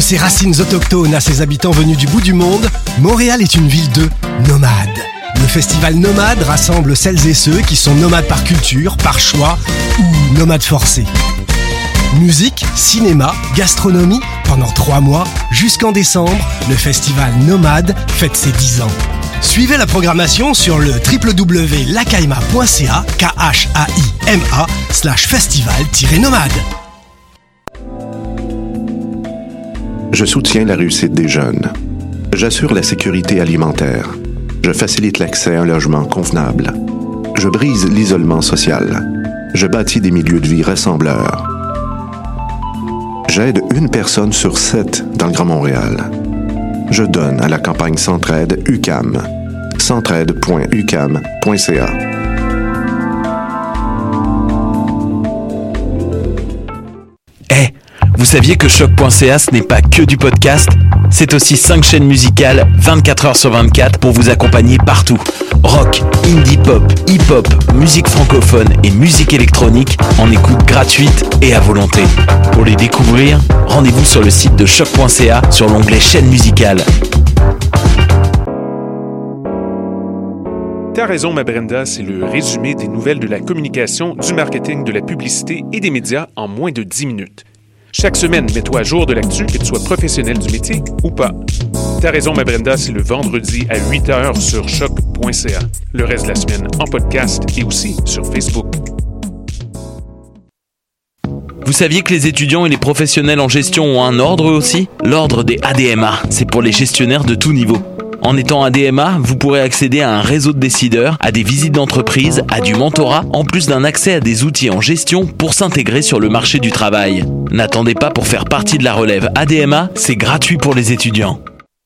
ses racines autochtones à ses habitants venus du bout du monde, Montréal est une ville de nomades. Le festival Nomade rassemble celles et ceux qui sont nomades par culture, par choix ou nomades forcés. Musique, cinéma, gastronomie, pendant 3 mois, jusqu'en décembre, le festival Nomade fête ses 10 ans. Suivez la programmation sur le www.lacaima.ca, KHAIMA/festival-nomade. Je soutiens la réussite des jeunes. J'assure la sécurité alimentaire. Je facilite l'accès à un logement convenable. Je brise l'isolement social. Je bâtis des milieux de vie rassembleurs. J'aide 1 personne sur 7 dans le Grand Montréal. Je donne à la campagne Centraide UQAM. centraide.uqam.ca. Vous saviez que Choc.ca, ce n'est pas que du podcast? C'est aussi 5 chaînes musicales, 24 heures sur 24, pour vous accompagner partout. Rock, indie pop, hip-hop, musique francophone et musique électronique en écoute gratuite et à volonté. Pour les découvrir, rendez-vous sur le site de Choc.ca sur l'onglet chaîne musicale. T'as raison, ma Brenda, c'est le résumé des nouvelles de la communication, du marketing, de la publicité et des médias en moins de 10 minutes. Chaque semaine, mets-toi à jour de l'actu, que tu sois professionnel du métier ou pas. T'as raison, ma Brenda, c'est le vendredi à 8h sur choc.ca. Le reste de la semaine en podcast et aussi sur Facebook. Vous saviez que les étudiants et les professionnels en gestion ont un ordre eux aussi? L'ordre des ADMA, c'est pour les gestionnaires de tout niveau. En étant ADMA, vous pourrez accéder à un réseau de décideurs, à des visites d'entreprise, à du mentorat, en plus d'un accès à des outils en gestion pour s'intégrer sur le marché du travail. N'attendez pas pour faire partie de la relève ADMA, c'est gratuit pour les étudiants.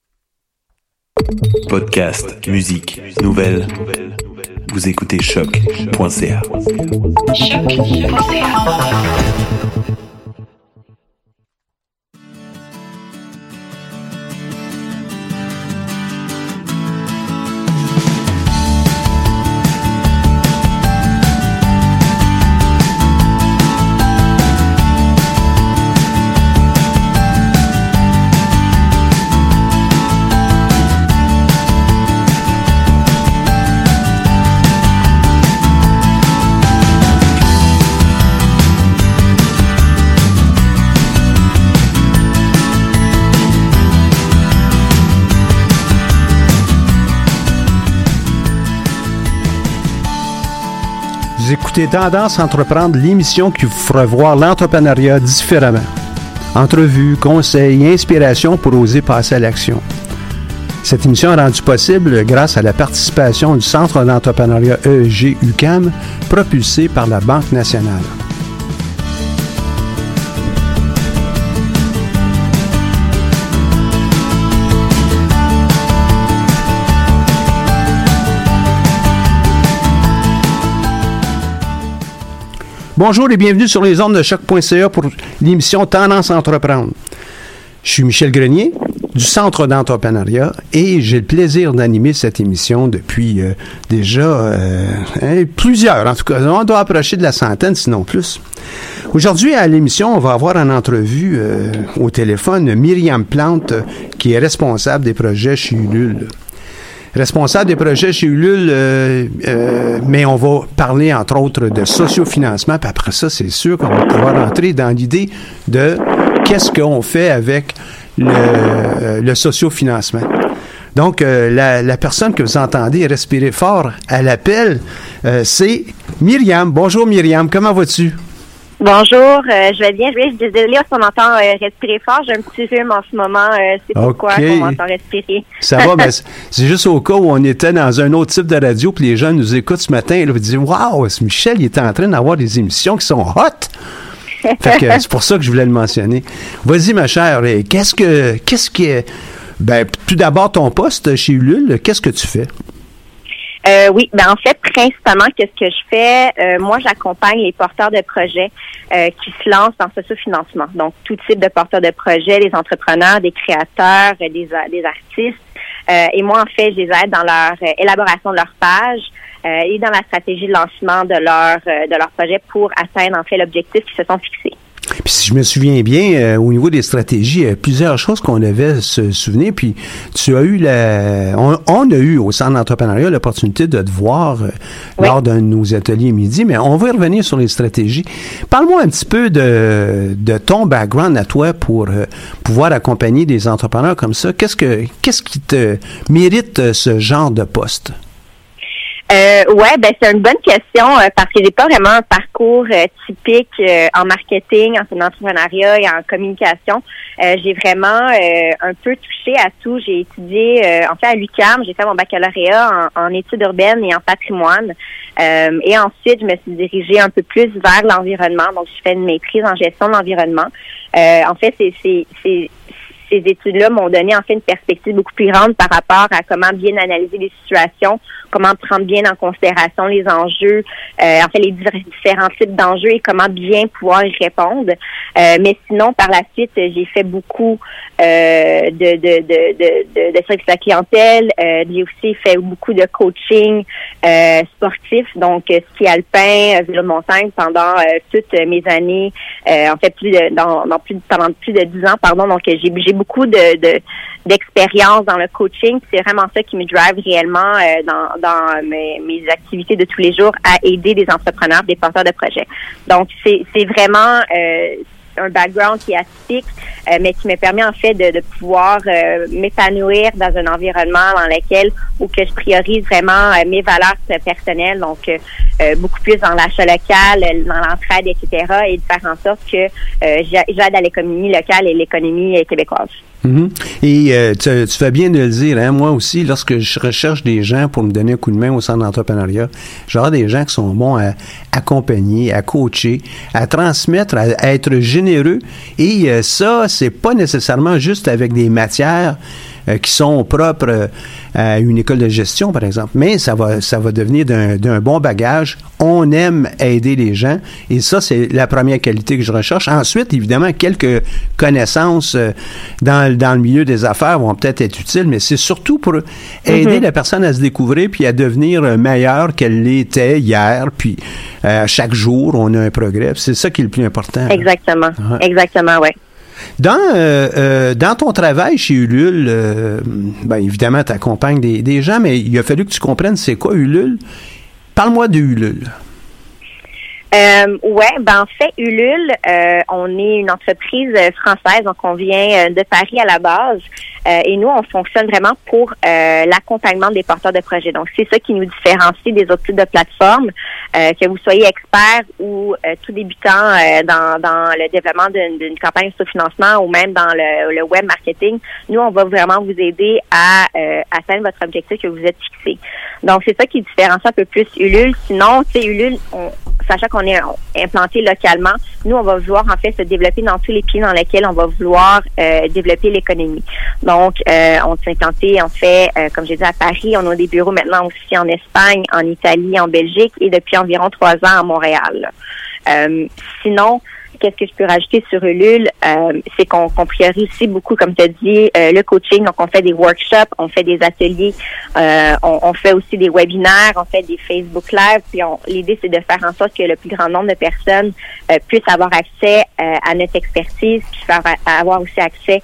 Podcast, musique, nouvelles. Vous écoutez Choc.ca. Vous écoutez Tendance Entreprendre, l'émission qui vous fera voir l'entrepreneuriat différemment. Entrevues, conseils et inspiration pour oser passer à l'action. Cette émission est rendue possible grâce à la participation du Centre d'entrepreneuriat EEG UQAM, propulsé par la Banque nationale. Bonjour et bienvenue sur les ondes de Choc.ca pour l'émission Tendance Entreprendre. Je suis Michel Grenier du Centre d'entrepreneuriat et j'ai le plaisir d'animer cette émission depuis déjà plusieurs. En tout cas, on doit approcher de la centaine, sinon plus. Aujourd'hui, à l'émission, on va avoir en entrevue au téléphone Myriam Plante, qui est responsable des projets chez Ulule. Responsable des projets chez Ulule, mais on va parler, entre autres, de sociofinancement. Puis après ça, c'est sûr qu'on va pouvoir entrer dans l'idée de qu'est-ce qu'on fait avec le sociofinancement. Donc, la personne que vous entendez respirer fort à l'appel, c'est Myriam. Bonjour Myriam, comment vas-tu? Bonjour, je vais bien. Je suis désolée si on entend respirer fort. J'ai un petit rhume en ce moment. C'est pourquoi on m'entend respirer. Ça va, mais c'est juste au cas où on était dans un autre type de radio puis les gens nous écoutent ce matin et là, ils disent « Wow, Michel, il est en train d'avoir des émissions qui sont hot! » Fait que c'est pour ça que je voulais le mentionner. Vas-y, ma chère, qu'est-ce qui est... Ben, tout d'abord, ton poste chez Ulule, qu'est-ce que tu fais? Oui, en fait, principalement, qu'est-ce que je fais? Moi, j'accompagne les porteurs de projets qui se lancent dans le sociofinancement. Donc, tout type de porteurs de projets, des entrepreneurs, des créateurs, des artistes. Et moi, en fait, je les aide dans leur élaboration de leur page et dans la stratégie de lancement de leur projet pour atteindre, en fait, l'objectif qu'ils se sont fixés. Puis si je me souviens bien, au niveau des stratégies, il y a plusieurs choses qu'on devait se souvenir. Puis tu as eu on a eu au Centre d'entrepreneuriat l'opportunité de te voir lors d'un de nos ateliers midi, mais on va y revenir sur les stratégies. Parle-moi un petit peu de ton background à toi pour pouvoir accompagner des entrepreneurs comme ça. Qu'est-ce qui te mérite ce genre de poste? C'est une bonne question parce que j'ai pas vraiment un parcours typique en marketing, en entrepreneuriat et en communication. J'ai vraiment un peu touché à tout. J'ai étudié en fait à l'UQAM, j'ai fait mon baccalauréat en études urbaines et en patrimoine. Et ensuite, je me suis dirigée un peu plus vers l'environnement. Donc, je fais une maîtrise en gestion de l'environnement. En fait, ces études-là m'ont donné en fait une perspective beaucoup plus grande par rapport à comment bien analyser les situations, comment prendre bien en considération les enjeux, les différents types d'enjeux et comment bien pouvoir y répondre. Mais sinon, par la suite, j'ai fait beaucoup de service à la clientèle. J'ai aussi fait beaucoup de coaching sportif, donc ski alpin, vélo de montagne pendant toutes mes années. Pendant plus de 10 ans, pardon. Donc j'ai beaucoup d'expérience dans le coaching. C'est vraiment ça qui me drive réellement dans mes activités de tous les jours à aider des entrepreneurs, des porteurs de projets. Donc, c'est vraiment un background qui est atypique, mais qui me permet en fait de pouvoir m'épanouir dans un environnement dans lequel où que je priorise vraiment mes valeurs personnelles, donc beaucoup plus dans l'achat local, dans l'entraide, etc., et de faire en sorte que j'aide à l'économie locale et l'économie québécoise. Mm-hmm. Et tu fais bien de le dire, hein? Moi aussi, lorsque je recherche des gens pour me donner un coup de main au centre d'entrepreneuriat, genre des gens qui sont bons à accompagner, à coacher, à transmettre, à être généreux. Et ça, c'est pas nécessairement juste avec des matières qui sont propres à une école de gestion, par exemple. Mais ça va devenir d'un bon bagage. On aime aider les gens. Et ça, c'est la première qualité que je recherche. Ensuite, évidemment, quelques connaissances dans le milieu des affaires vont peut-être être utiles, mais c'est surtout pour aider la personne à se découvrir puis à devenir meilleure qu'elle l'était hier. Puis chaque jour, on a un progrès. C'est ça qui est le plus important. Exactement. Ouais. Exactement, oui. Dans ton travail chez Ulule, évidemment, tu accompagnes des gens, mais il a fallu que tu comprennes c'est quoi Ulule. Parle-moi de Ulule. En fait, Ulule, on est une entreprise française, donc on vient de Paris à la base. Et nous, on fonctionne vraiment pour l'accompagnement des porteurs de projets. Donc, c'est ça qui nous différencie des autres types de plateformes. Que vous soyez expert ou tout débutant dans le développement d'une campagne de financement ou même dans le web marketing, nous, on va vraiment vous aider à atteindre votre objectif que vous êtes fixé. Donc, c'est ça qui différencie un peu plus Ulule. Sinon, tu sais, Ulule, sachant qu'on est implanté localement, nous, on va vouloir en fait se développer dans tous les pays dans lesquels on va vouloir développer l'économie. Donc, on s'est implanté, en fait, comme j'ai dit, à Paris. On a des bureaux maintenant aussi en Espagne, en Italie, en Belgique et depuis environ 3 ans à Montréal. Sinon, qu'est-ce que je peux rajouter sur Ulule? C'est qu'on priorise aussi beaucoup, comme tu as dit, le coaching. Donc, on fait des workshops, on fait des ateliers, on fait aussi des webinaires, on fait des Facebook Live. Puis l'idée, c'est de faire en sorte que le plus grand nombre de personnes puissent avoir accès à notre expertise, puis avoir aussi accès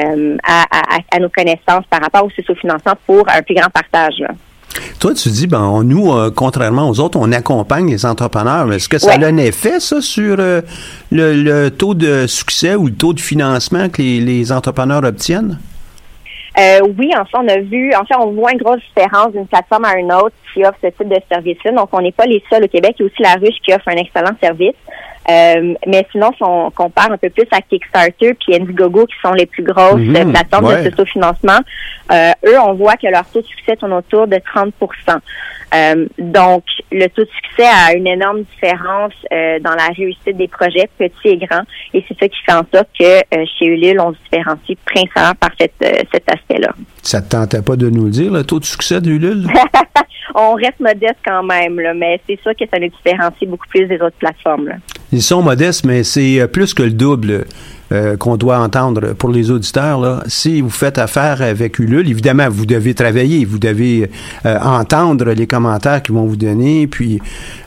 à nos connaissances par rapport au socio-financement pour un plus grand partage, là. Toi, tu dis, nous, contrairement aux autres, on accompagne les entrepreneurs. Est-ce que ça a un effet, ça, sur le taux de succès ou le taux de financement que les entrepreneurs obtiennent? Oui, on voit une grosse différence d'une plateforme à une autre qui offre ce type de service-là. Donc, on n'est pas les seuls au Québec. Il y a aussi La Ruche qui offre un excellent service. Mais sinon, si on compare un peu plus à Kickstarter puis Indiegogo, qui sont les plus grosses plateformes de socio-financement, eux, on voit que leur taux de succès tourne autour de 30%. Donc, le taux de succès a une énorme différence dans la réussite des projets, petits et grands. Et c'est ça qui fait en sorte que chez Ulule, on se différencie principalement par cet aspect-là. Ça te tentait pas de nous le dire, le taux de succès d'Ulule? On reste modeste quand même, là, mais c'est sûr que ça nous différencie beaucoup plus des autres plateformes, là. Ils sont modestes, mais c'est plus que le double qu'on doit entendre pour les auditeurs, là. Si vous faites affaire avec Ulule, évidemment, vous devez travailler, vous devez entendre les commentaires qu'ils vont vous donner, puis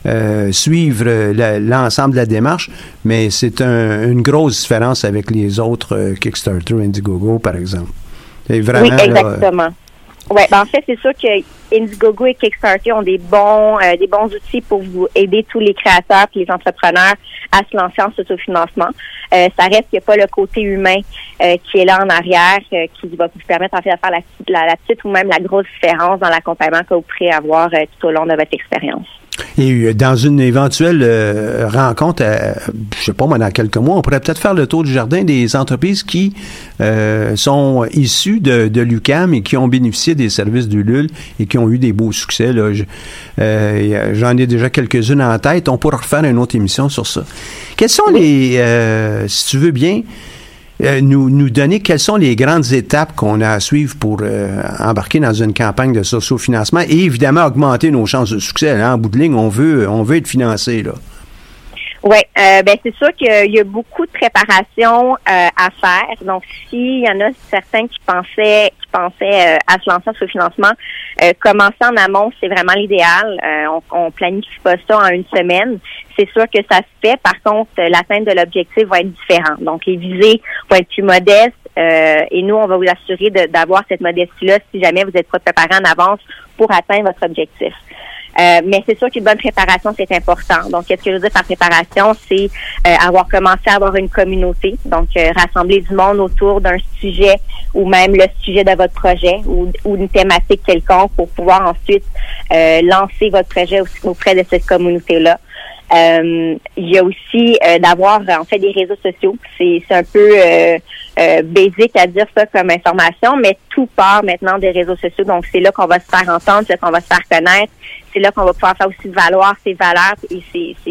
suivre l'ensemble de la démarche, mais c'est une grosse différence avec les autres Kickstarter, Indiegogo, par exemple. Et vraiment, oui, exactement. Ouais, en fait, c'est sûr que Indiegogo et Kickstarter ont des bons outils pour vous aider tous les créateurs et les entrepreneurs à se lancer en autofinancement. Ça reste qu'il n'y a pas le côté humain qui est là en arrière, qui va vous permettre en fait de faire la petite ou même la grosse différence dans l'accompagnement que vous pourrez avoir tout au long de votre expérience. Et dans une éventuelle rencontre, je sais pas moi, dans quelques mois, on pourrait peut-être faire le tour du jardin des entreprises qui sont issues de l'UQAM et qui ont bénéficié des services d'Ulule et qui ont eu des beaux succès. Là. J'en ai déjà quelques-unes en tête. On pourra refaire une autre émission sur ça. Quels sont les, si tu veux bien, nous donner quelles sont les grandes étapes qu'on a à suivre pour embarquer dans une campagne de sociofinancement et évidemment augmenter nos chances de succès. Là, en bout de ligne, on veut être financé, là. Oui, c'est sûr qu'il y a beaucoup de préparation à faire. Donc, s'il y en a certains qui pensaient à se lancer sur le financement, commencer en amont, c'est vraiment l'idéal. On planifie pas ça en une semaine. C'est sûr que ça se fait. Par contre, l'atteinte de l'objectif va être différente. Donc, les visées vont être plus modestes. Et nous, on va vous assurer d'avoir cette modestie-là si jamais vous n'êtes pas préparé en avance pour atteindre votre objectif. Mais c'est sûr qu'une bonne préparation, c'est important. Donc, qu'est-ce que je veux dire par préparation? C'est avoir commencé à avoir une communauté. Donc, rassembler du monde autour d'un sujet ou même le sujet de votre projet ou une thématique quelconque pour pouvoir ensuite lancer votre projet auprès de cette communauté-là. Il y a aussi d'avoir en fait des réseaux sociaux. C'est un peu basique à dire ça comme information, mais tout part maintenant des réseaux sociaux. Donc c'est là qu'on va se faire entendre, c'est là qu'on va se faire connaître, c'est là qu'on va pouvoir faire aussi valoir ses valeurs et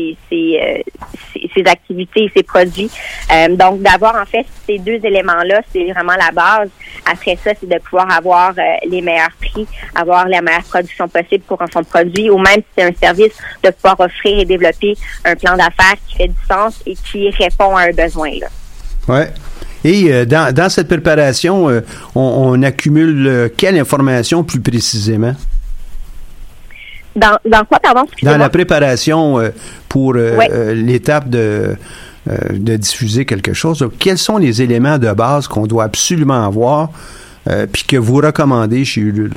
ses activités et ses produits. Donc d'avoir en fait ces deux éléments-là, c'est vraiment la base. Après ça, c'est de pouvoir avoir les meilleurs prix, avoir la meilleure production possible pour son produit, ou même si c'est un service, de pouvoir offrir et développer un plan d'affaires qui fait du sens et qui répond à un besoin, là. Ouais. Et dans cette préparation, on accumule quelle information plus précisément? Dans quoi, pardon? Dans la préparation pour l'étape de diffuser quelque chose. Quels sont les éléments de base qu'on doit absolument avoir puis que vous recommandez chez Ulule?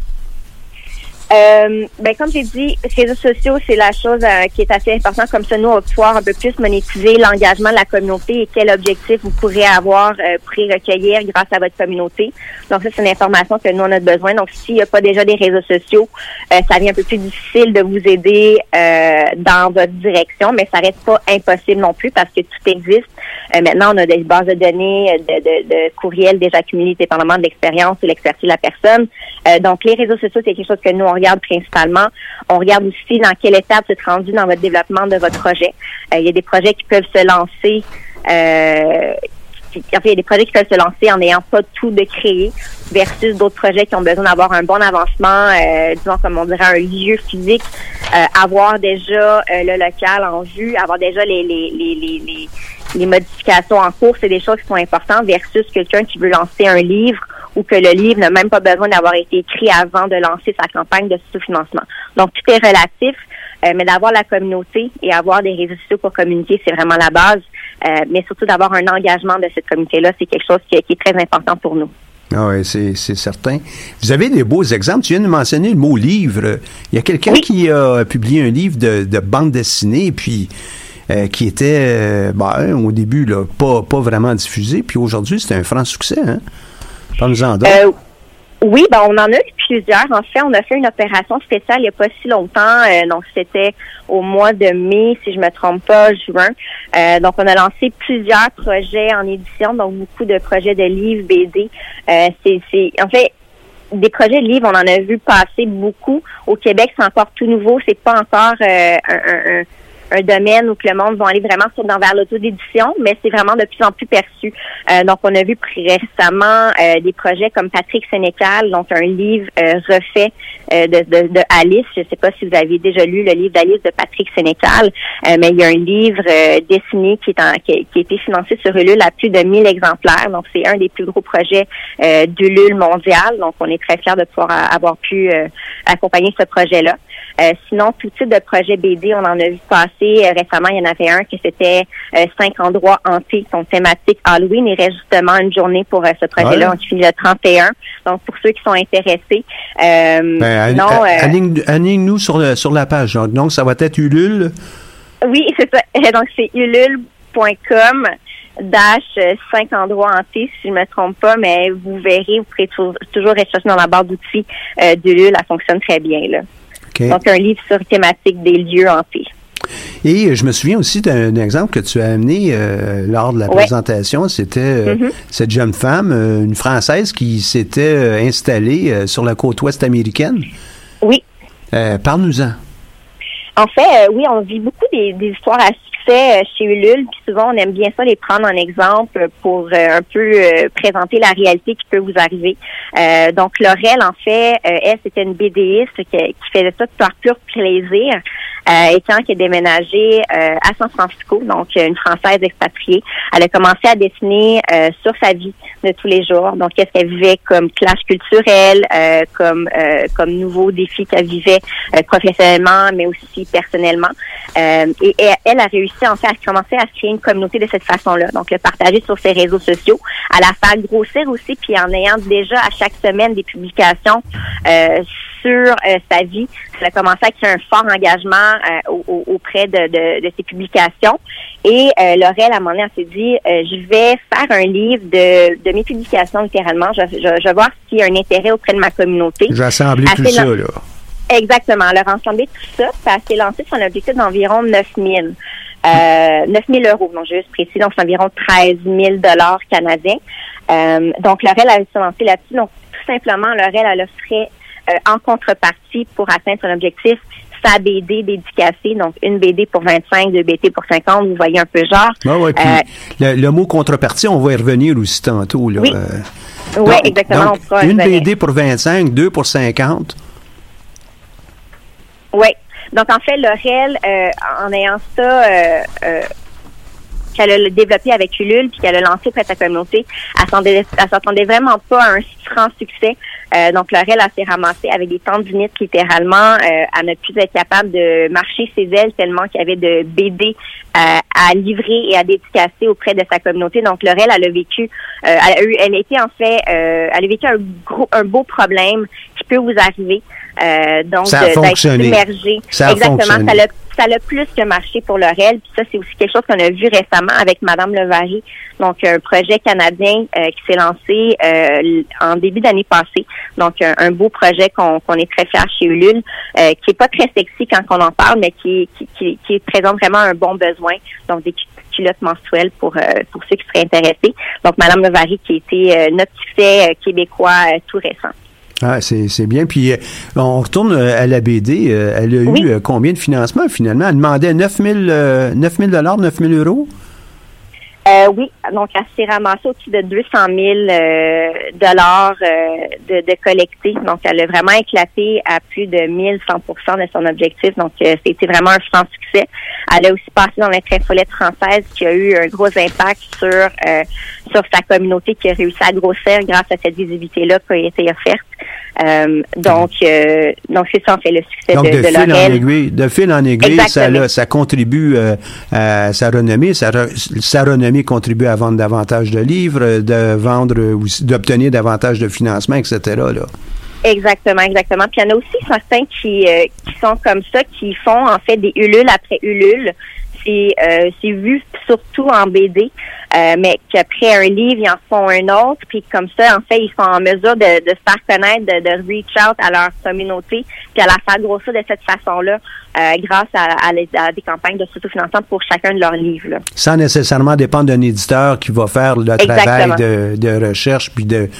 Comme j'ai dit, les réseaux sociaux, c'est la chose qui est assez importante. Comme ça, nous, on va pouvoir un peu plus monétiser l'engagement de la communauté et quel objectif vous pourrez avoir, pourrez recueillir grâce à votre communauté. Donc, ça, c'est une information que nous, on a besoin. Donc, s'il n'y a pas déjà des réseaux sociaux, ça devient un peu plus difficile de vous aider dans votre direction, mais ça reste pas impossible non plus parce que tout existe. Maintenant, on a des bases de données, de courriels déjà accumulés dépendamment de l'expérience et l'expertise de la personne. Donc, les réseaux sociaux, c'est quelque chose que nous, on regarde principalement. On regarde aussi dans quelle étape vous êtes rendu dans votre développement de votre projet. Il y a des projets qui peuvent se lancer il y a des projets qui peuvent se lancer en n'ayant pas tout de créer versus d'autres projets qui ont besoin d'avoir un bon avancement, disons comme on dirait un lieu physique, avoir déjà le local en vue, avoir déjà les modifications en cours, c'est des choses qui sont importantes versus quelqu'un qui veut lancer un livre ou que le livre n'a même pas besoin d'avoir été écrit avant de lancer sa campagne de sous-financement. Donc, tout est relatif, mais d'avoir la communauté et avoir des réseaux sociaux pour communiquer, c'est vraiment la base. Mais surtout d'avoir un engagement de cette communauté-là, c'est quelque chose qui est très important pour nous. Ah oui, c'est certain. Vous avez des beaux exemples. Tu viens de mentionner le mot livre. Il y a quelqu'un qui a publié un livre de bande dessinée, puis qui était, au début, là, pas vraiment diffusé, puis aujourd'hui, c'est un franc succès, hein? Parle-nous-en d'autres. Oui, on en a eu plusieurs. En fait, on a fait une opération spéciale il n'y a pas si longtemps. Donc, c'était au mois de mai, si je me trompe pas, juin. Donc, on a lancé plusieurs projets en édition, donc beaucoup de projets de livres, BD. En fait, des projets de livres, on en a vu passer beaucoup. Au Québec, c'est encore tout nouveau. C'est pas encore domaine où que le monde va aller vraiment vers l'autodédition, mais c'est vraiment de plus en plus perçu. Donc, on a vu récemment des projets comme Patrick Sénécal, donc un livre refait de Alice. Je ne sais pas si vous avez déjà lu le livre d'Alice de Patrick Sénécal, mais il y a un livre dessiné qui a été financé sur Ulule à plus de 1000 exemplaires. Donc, c'est un des plus gros projets d'Ulule mondial. Donc, on est très fiers de pouvoir avoir pu accompagner ce projet-là. Sinon, tout type de projet BD, on en a vu passer récemment. Il y en avait un qui c'était 5 endroits hantés, donc thématique Halloween. Il reste justement une journée pour ce projet-là. On finit le 31. Donc, pour ceux qui sont intéressés. Aligne-nous sur la page. Donc, ça va être Ulule. Oui, c'est ça. Donc, c'est ulule.com. 5 endroits hantés, si je ne me trompe pas, mais vous verrez, vous pourrez toujours rechercher dans la barre d'outils d'Ulule. Elle fonctionne très bien, là. Okay. Donc, un livre sur thématique des lieux hantés. Et je me souviens aussi d'un exemple que tu as amené lors de la présentation. C'était cette jeune femme, une Française, qui s'était installée sur la côte ouest américaine. Oui. Parle-nous-en. En fait, oui, on vit beaucoup des histoires à succès chez Ulule, puis souvent on aime bien ça les prendre en exemple pour un peu présenter la réalité qui peut vous arriver. Donc Laurel, en fait, elle, c'était une BDiste qui faisait ça par pur plaisir. Et quand elle a déménagé à San Francisco, donc une Française expatriée, elle a commencé à dessiner sur sa vie de tous les jours. Donc, qu'est-ce qu'elle vivait comme clash culturel, comme nouveaux défis qu'elle vivait professionnellement, mais aussi personnellement. Et elle a réussi, en fait, à commencer à se créer une communauté de cette façon-là. Donc, le partager sur ses réseaux sociaux, à la faire grossir aussi, puis en ayant déjà à chaque semaine des publications sur sa vie. Elle a commencé à créer un fort engagement auprès de ses publications. Et Laurel, à un moment donné, elle s'est dit, je vais faire un livre de mes publications, littéralement. Je vais voir s'il y a un intérêt auprès de ma communauté. J'ai assemblé tout ça, là. Exactement. Elle a rassemblé tout ça. Puis elle s'est lancée sur un objectif d'environ 9 000. 9 000 euros, donc je vais juste préciser, donc c'est environ 13 000 $ canadiens. Donc, Laurel a se lancé là-dessus. Donc, tout simplement, Laurel, elle offrait en contrepartie pour atteindre son objectif sa BD dédicacée, donc une BD pour 25, 2 BD pour 50, vous voyez un peu genre. Ah ouais, puis le mot contrepartie, on va y revenir aussi tantôt. Là. Oui, exactement. Donc, une BD pour 25, 2 pour 50. Oui. Donc, en fait, Laurel, en ayant ça, qu'elle a développé avec Ulule, puis qu'elle a lancé auprès de sa communauté, elle s'attendait vraiment pas à un franc succès. Donc, Laurel, elle s'est ramassée avec des tendinites, littéralement. Elle n'a plus être capable de marcher ses ailes tellement qu'il y avait de BD à livrer et à dédicacer auprès de sa communauté. Donc, Laurel, elle a vécu, elle a vécu un beau problème qui peut vous arriver. Donc, d'être submergé. Exactement. Ça l'a plus que marché pour Laurel. Puis ça, c'est aussi quelque chose qu'on a vu récemment avec Madame Levary. Donc, un projet canadien qui s'est lancé en début d'année passée. Donc, un beau projet qu'on est très fiers chez Ulule, qui est pas très sexy quand on en parle, mais qui présente vraiment un bon besoin. Donc, des culottes menstruelles pour ceux qui seraient intéressés. Donc, Madame Levary qui a été notre succès québécois tout récent. Ah, c'est bien. Puis, on retourne à la BD. Elle a eu combien de financement, finalement? Elle demandait 9 000 euros? Oui. Donc, elle s'est ramassée au-dessus de 200 000 dollars de collecter. Donc, elle a vraiment éclaté à plus de 1100% de son objectif. Donc, c'était vraiment un franc succès. Elle a aussi passé dans l'intrafolette française qui a eu un gros impact sur sa communauté qui a réussi à grossir grâce à cette visibilité-là qui a été offerte. Donc c'est ça, en fait, le succès de Laurel. De fil en aiguille, ça contribue à sa renommée. Sa renommée contribue à vendre davantage de livres, d'obtenir davantage de financement, etc. Là. Exactement. Puis il y en a aussi certains qui sont comme ça, qui font en fait des Ulule après Ulule. C'est vu surtout en BD, mais qu'après un livre, ils en font un autre, puis comme ça, en fait, ils sont en mesure de se faire connaître, de reach out à leur communauté, puis à la faire grossir de cette façon-là, grâce à des campagnes de soutien-financement pour chacun de leurs livres. Là. Sans nécessairement dépendre d'un éditeur qui va faire le travail de recherche, puis de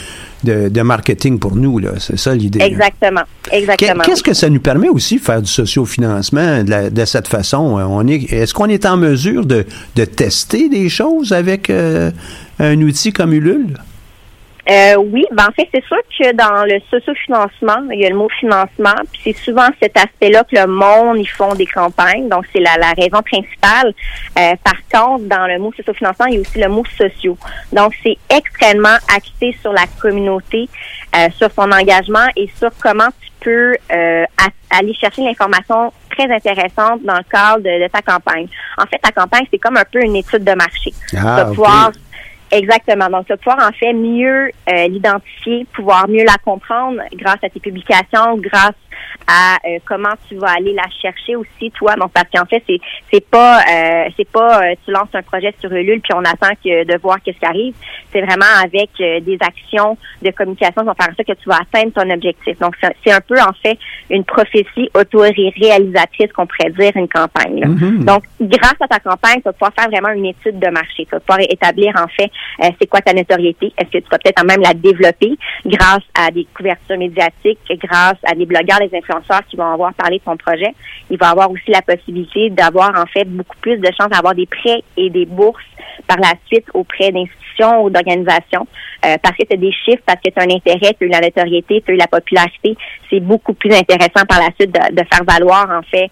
de marketing pour nous, là. C'est ça l'idée. Exactement. Exactement. Qu'est-ce que ça nous permet aussi de faire du sociofinancement de cette façon? Est-ce qu'on est en mesure de tester des choses avec un outil comme Ulule? Oui, en fait, c'est sûr que dans le sociofinancement, il y a le mot financement, puis c'est souvent cet aspect-là que le monde, ils font des campagnes, donc c'est la raison principale. Par contre, dans le mot sociofinancement, il y a aussi le mot sociaux. Donc, c'est extrêmement axé sur la communauté, sur son engagement et sur comment tu peux aller chercher l'information très intéressante dans le cadre de ta campagne. En fait, ta campagne, c'est comme un peu une étude de marché. Tu vas pouvoir exactement. Donc, tu vas pouvoir en fait mieux l'identifier, pouvoir mieux la comprendre grâce à tes publications, grâce à comment tu vas aller la chercher aussi, toi. Donc, parce qu'en fait, c'est pas tu lances un projet sur Ulule puis on attend de voir qu'est-ce qui arrive. C'est vraiment avec des actions de communication qui vont faire ça que tu vas atteindre ton objectif. Donc, c'est un peu en fait une prophétie auto-réalisatrice qu'on pourrait dire une campagne. Là. Mm-hmm. Donc, grâce à ta campagne, tu vas pouvoir faire vraiment une étude de marché. Tu vas pouvoir établir en fait c'est quoi ta notoriété. Est-ce que tu vas peut-être même la développer grâce à des couvertures médiatiques, grâce à des blogueurs, des influenceurs qui vont avoir parlé de ton projet. Il va avoir aussi la possibilité d'avoir en fait beaucoup plus de chances d'avoir des prêts et des bourses par la suite auprès d'institutions ou d'organisations parce que tu as des chiffres, parce que tu as un intérêt, tu as eu la notoriété, tu as eu la popularité. C'est beaucoup plus intéressant par la suite de faire valoir en fait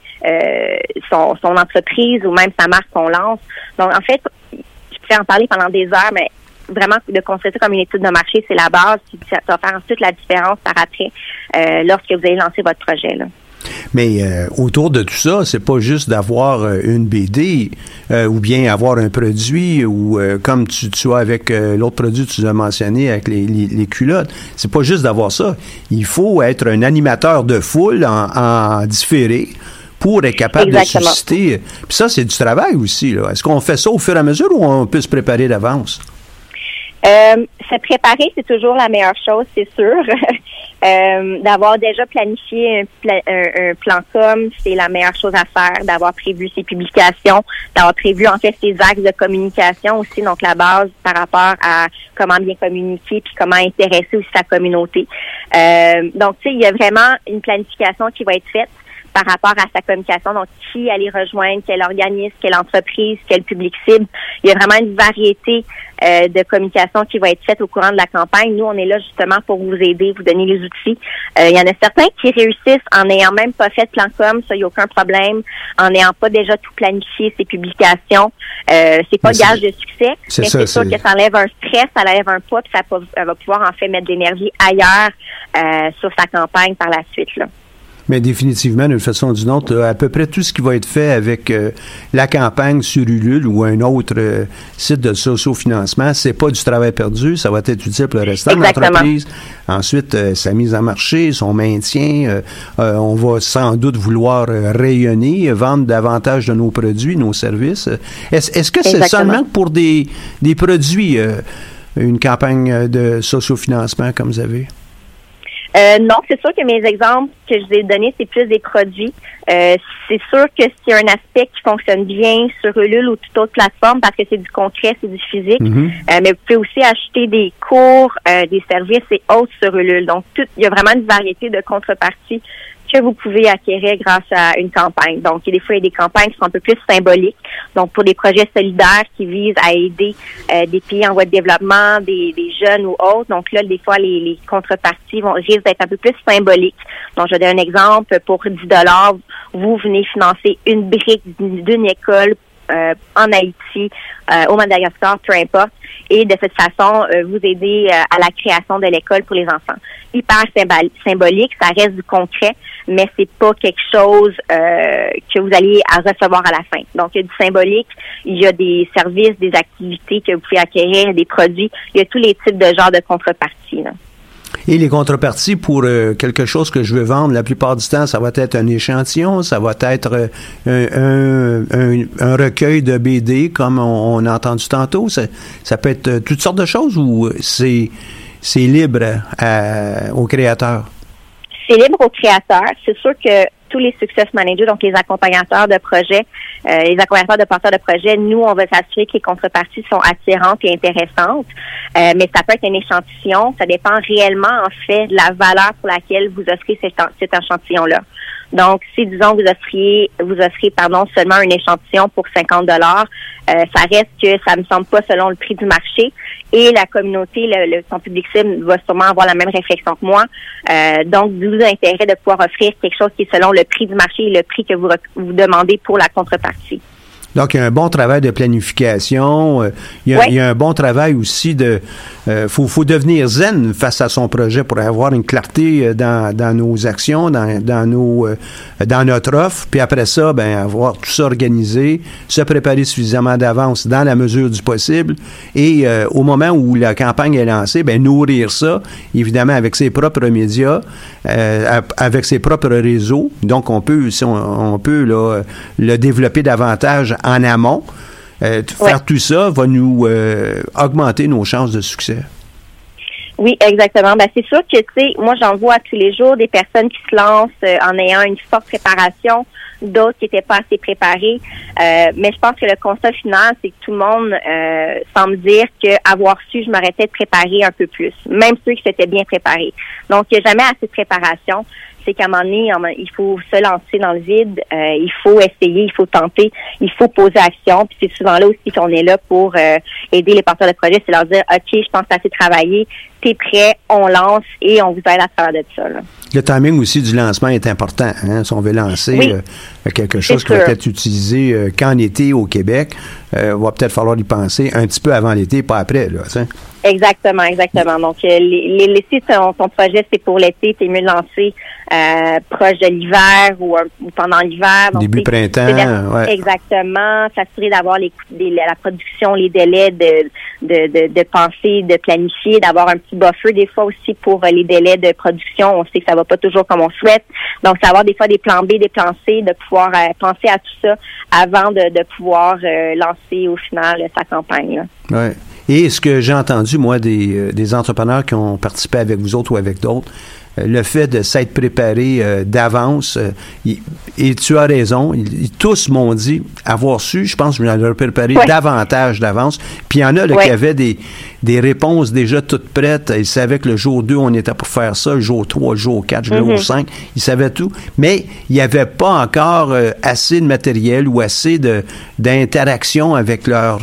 son entreprise ou même sa marque qu'on lance. Donc en fait, je pourrais en parler pendant des heures, mais vraiment de considérer ça comme une étude de marché, c'est la base. Ça va faire ensuite la différence par après lorsque vous allez lancer votre projet. Là. Mais autour de tout ça, c'est pas juste d'avoir une BD ou bien avoir un produit ou comme tu as avec l'autre produit que tu as mentionné avec les culottes. C'est pas juste d'avoir ça. Il faut être un animateur de foule en différé pour être capable Exactement. de susciter. Puis ça, c'est du travail aussi. Là. Est-ce qu'on fait ça au fur et à mesure ou on peut se préparer d'avance? Se préparer, c'est toujours la meilleure chose, c'est sûr. D'avoir déjà planifié un plan com, c'est la meilleure chose à faire. D'avoir prévu ses publications, d'avoir prévu en fait ses axes de communication aussi, donc la base par rapport à comment bien communiquer puis comment intéresser aussi sa communauté. Donc, tu sais, il y a vraiment une planification qui va être faite par rapport à sa communication, donc qui aller rejoindre, quel organisme, quelle entreprise, quel public cible. Il y a vraiment une variété de communication qui va être faite au courant de la campagne. Nous, on est là justement pour vous aider, vous donner les outils. Il y en a certains qui réussissent en n'ayant même pas fait de plan com, ça, il n'y a aucun problème, en n'ayant pas déjà tout planifié ses publications. C'est pas gage de succès, mais c'est sûr que ça enlève un stress, ça enlève un poids, puis ça va pouvoir en fait mettre de l'énergie ailleurs sur sa campagne par la suite, là. Mais définitivement, d'une façon ou d'une autre, à peu près tout ce qui va être fait avec la campagne sur Ulule ou un autre site de sociofinancement, c'est pas du travail perdu, ça va être utile pour le restant de l'entreprise. Ensuite, sa mise en marché, son maintien, on va sans doute vouloir rayonner, vendre davantage de nos produits, nos services. Est-ce que c'est seulement pour des produits, une campagne de sociofinancement comme vous avez? Non, c'est sûr que mes exemples que je vous ai donnés, c'est plus des produits. C'est sûr que c'est un aspect qui fonctionne bien sur Ulule ou toute autre plateforme parce que c'est du concret, c'est du physique. Mais vous pouvez aussi acheter des cours, des services et autres sur Ulule. Donc, il y a vraiment une variété de contreparties que vous pouvez acquérir grâce à une campagne. Donc, des fois, il y a des campagnes qui sont un peu plus symboliques. Donc, pour des projets solidaires qui visent à aider des pays en voie de développement, des jeunes ou autres. Donc là, des fois, les contreparties risquent d'être un peu plus symboliques. Donc, je vais donner un exemple. Pour 10 $, vous venez financer une brique d'une école en Haïti, au Madagascar, peu importe. Et de cette façon, vous aider à la création de l'école pour les enfants. Hyper symbolique, ça reste du concret, mais c'est pas quelque chose que vous allez à recevoir à la fin. Donc, il y a du symbolique, il y a des services, des activités que vous pouvez acquérir, des produits. Il y a tous les types de genres de contreparties, là. Et les contreparties pour quelque chose que je veux vendre, la plupart du temps, ça va être un échantillon, ça va être un recueil de BD, comme on a entendu tantôt. Ça peut être toutes sortes de choses ou c'est libre aux créateurs? C'est libre aux créateurs. C'est sûr que tous les success managers, donc les accompagnateurs de projets, les accompagnateurs de porteurs de projets, nous, on va s'assurer que les contreparties sont attirantes et intéressantes. Mais ça peut être un échantillon. Ça dépend réellement, en fait, de la valeur pour laquelle vous offrez cet échantillon-là. Donc, si, disons, vous offriez seulement un échantillon pour 50 $, ça reste que ça me semble pas selon le prix du marché. Et la communauté, son public cible va sûrement avoir la même réflexion que moi. Donc, vous intérêt de pouvoir offrir quelque chose qui est selon le prix du marché et le prix que vous demandez pour la contrepartie. Donc, il y a un bon travail de planification. Il y a un bon travail aussi de... faut devenir zen face à son projet pour avoir une clarté dans nos actions, dans notre offre. Puis après ça, avoir tout ça organisé, se préparer suffisamment d'avance dans la mesure du possible. Et au moment où la campagne est lancée, nourrir ça, évidemment, avec ses propres médias, avec ses propres réseaux. Donc, on peut le développer davantage en amont. Faire tout ça va nous augmenter nos chances de succès. Oui, exactement. C'est sûr que, tu sais, moi, j'en vois tous les jours des personnes qui se lancent en ayant une forte préparation, d'autres qui n'étaient pas assez préparés. Mais je pense que le constat final, c'est que tout le monde semble dire qu'avoir su, je m'aurais peut-être préparé un peu plus. Même ceux qui s'étaient bien préparés. Donc, il n'y a jamais assez de préparation. C'est qu'à un moment donné, il faut se lancer dans le vide, il faut essayer, il faut tenter, il faut poser action. Puis c'est souvent là aussi qu'on est là pour aider les porteurs de projets, c'est leur dire, OK, je pense que t'as assez travaillé, t'es prêt, on lance et on vous aide à travers de ça. Là. Le timing aussi du lancement est important. Hein? Si on veut lancer quelque chose qui va être utilisé qu'en été au Québec, va peut-être falloir y penser un petit peu avant l'été, pas après. Là, t'sais. Exactement. Donc, si ton projet, c'est pour l'été, c'est mieux de lancer proche de l'hiver ou pendant l'hiver. Donc, début printemps, Exactement. S'assurer d'avoir la production, les délais de penser, de planifier, d'avoir un petit buffer des fois aussi pour les délais de production. On sait que ça va pas toujours comme on souhaite. Donc, savoir des fois des plans B, des plans C, de pouvoir penser à tout ça avant de pouvoir lancer au final sa campagne. Oui. Et ce que j'ai entendu, moi, des entrepreneurs qui ont participé avec vous autres ou avec d'autres, le fait de s'être préparé d'avance, et tu as raison, ils tous m'ont dit avoir su, je pense que je m'en préparé davantage d'avance. Puis il y en a qui avaient des réponses déjà toutes prêtes. Ils savaient que le jour 2, on était pour faire ça, le jour 3, le jour 4, le jour 5. Ils savaient tout. Mais il n'y avait pas encore assez de matériel ou assez d'interaction avec leur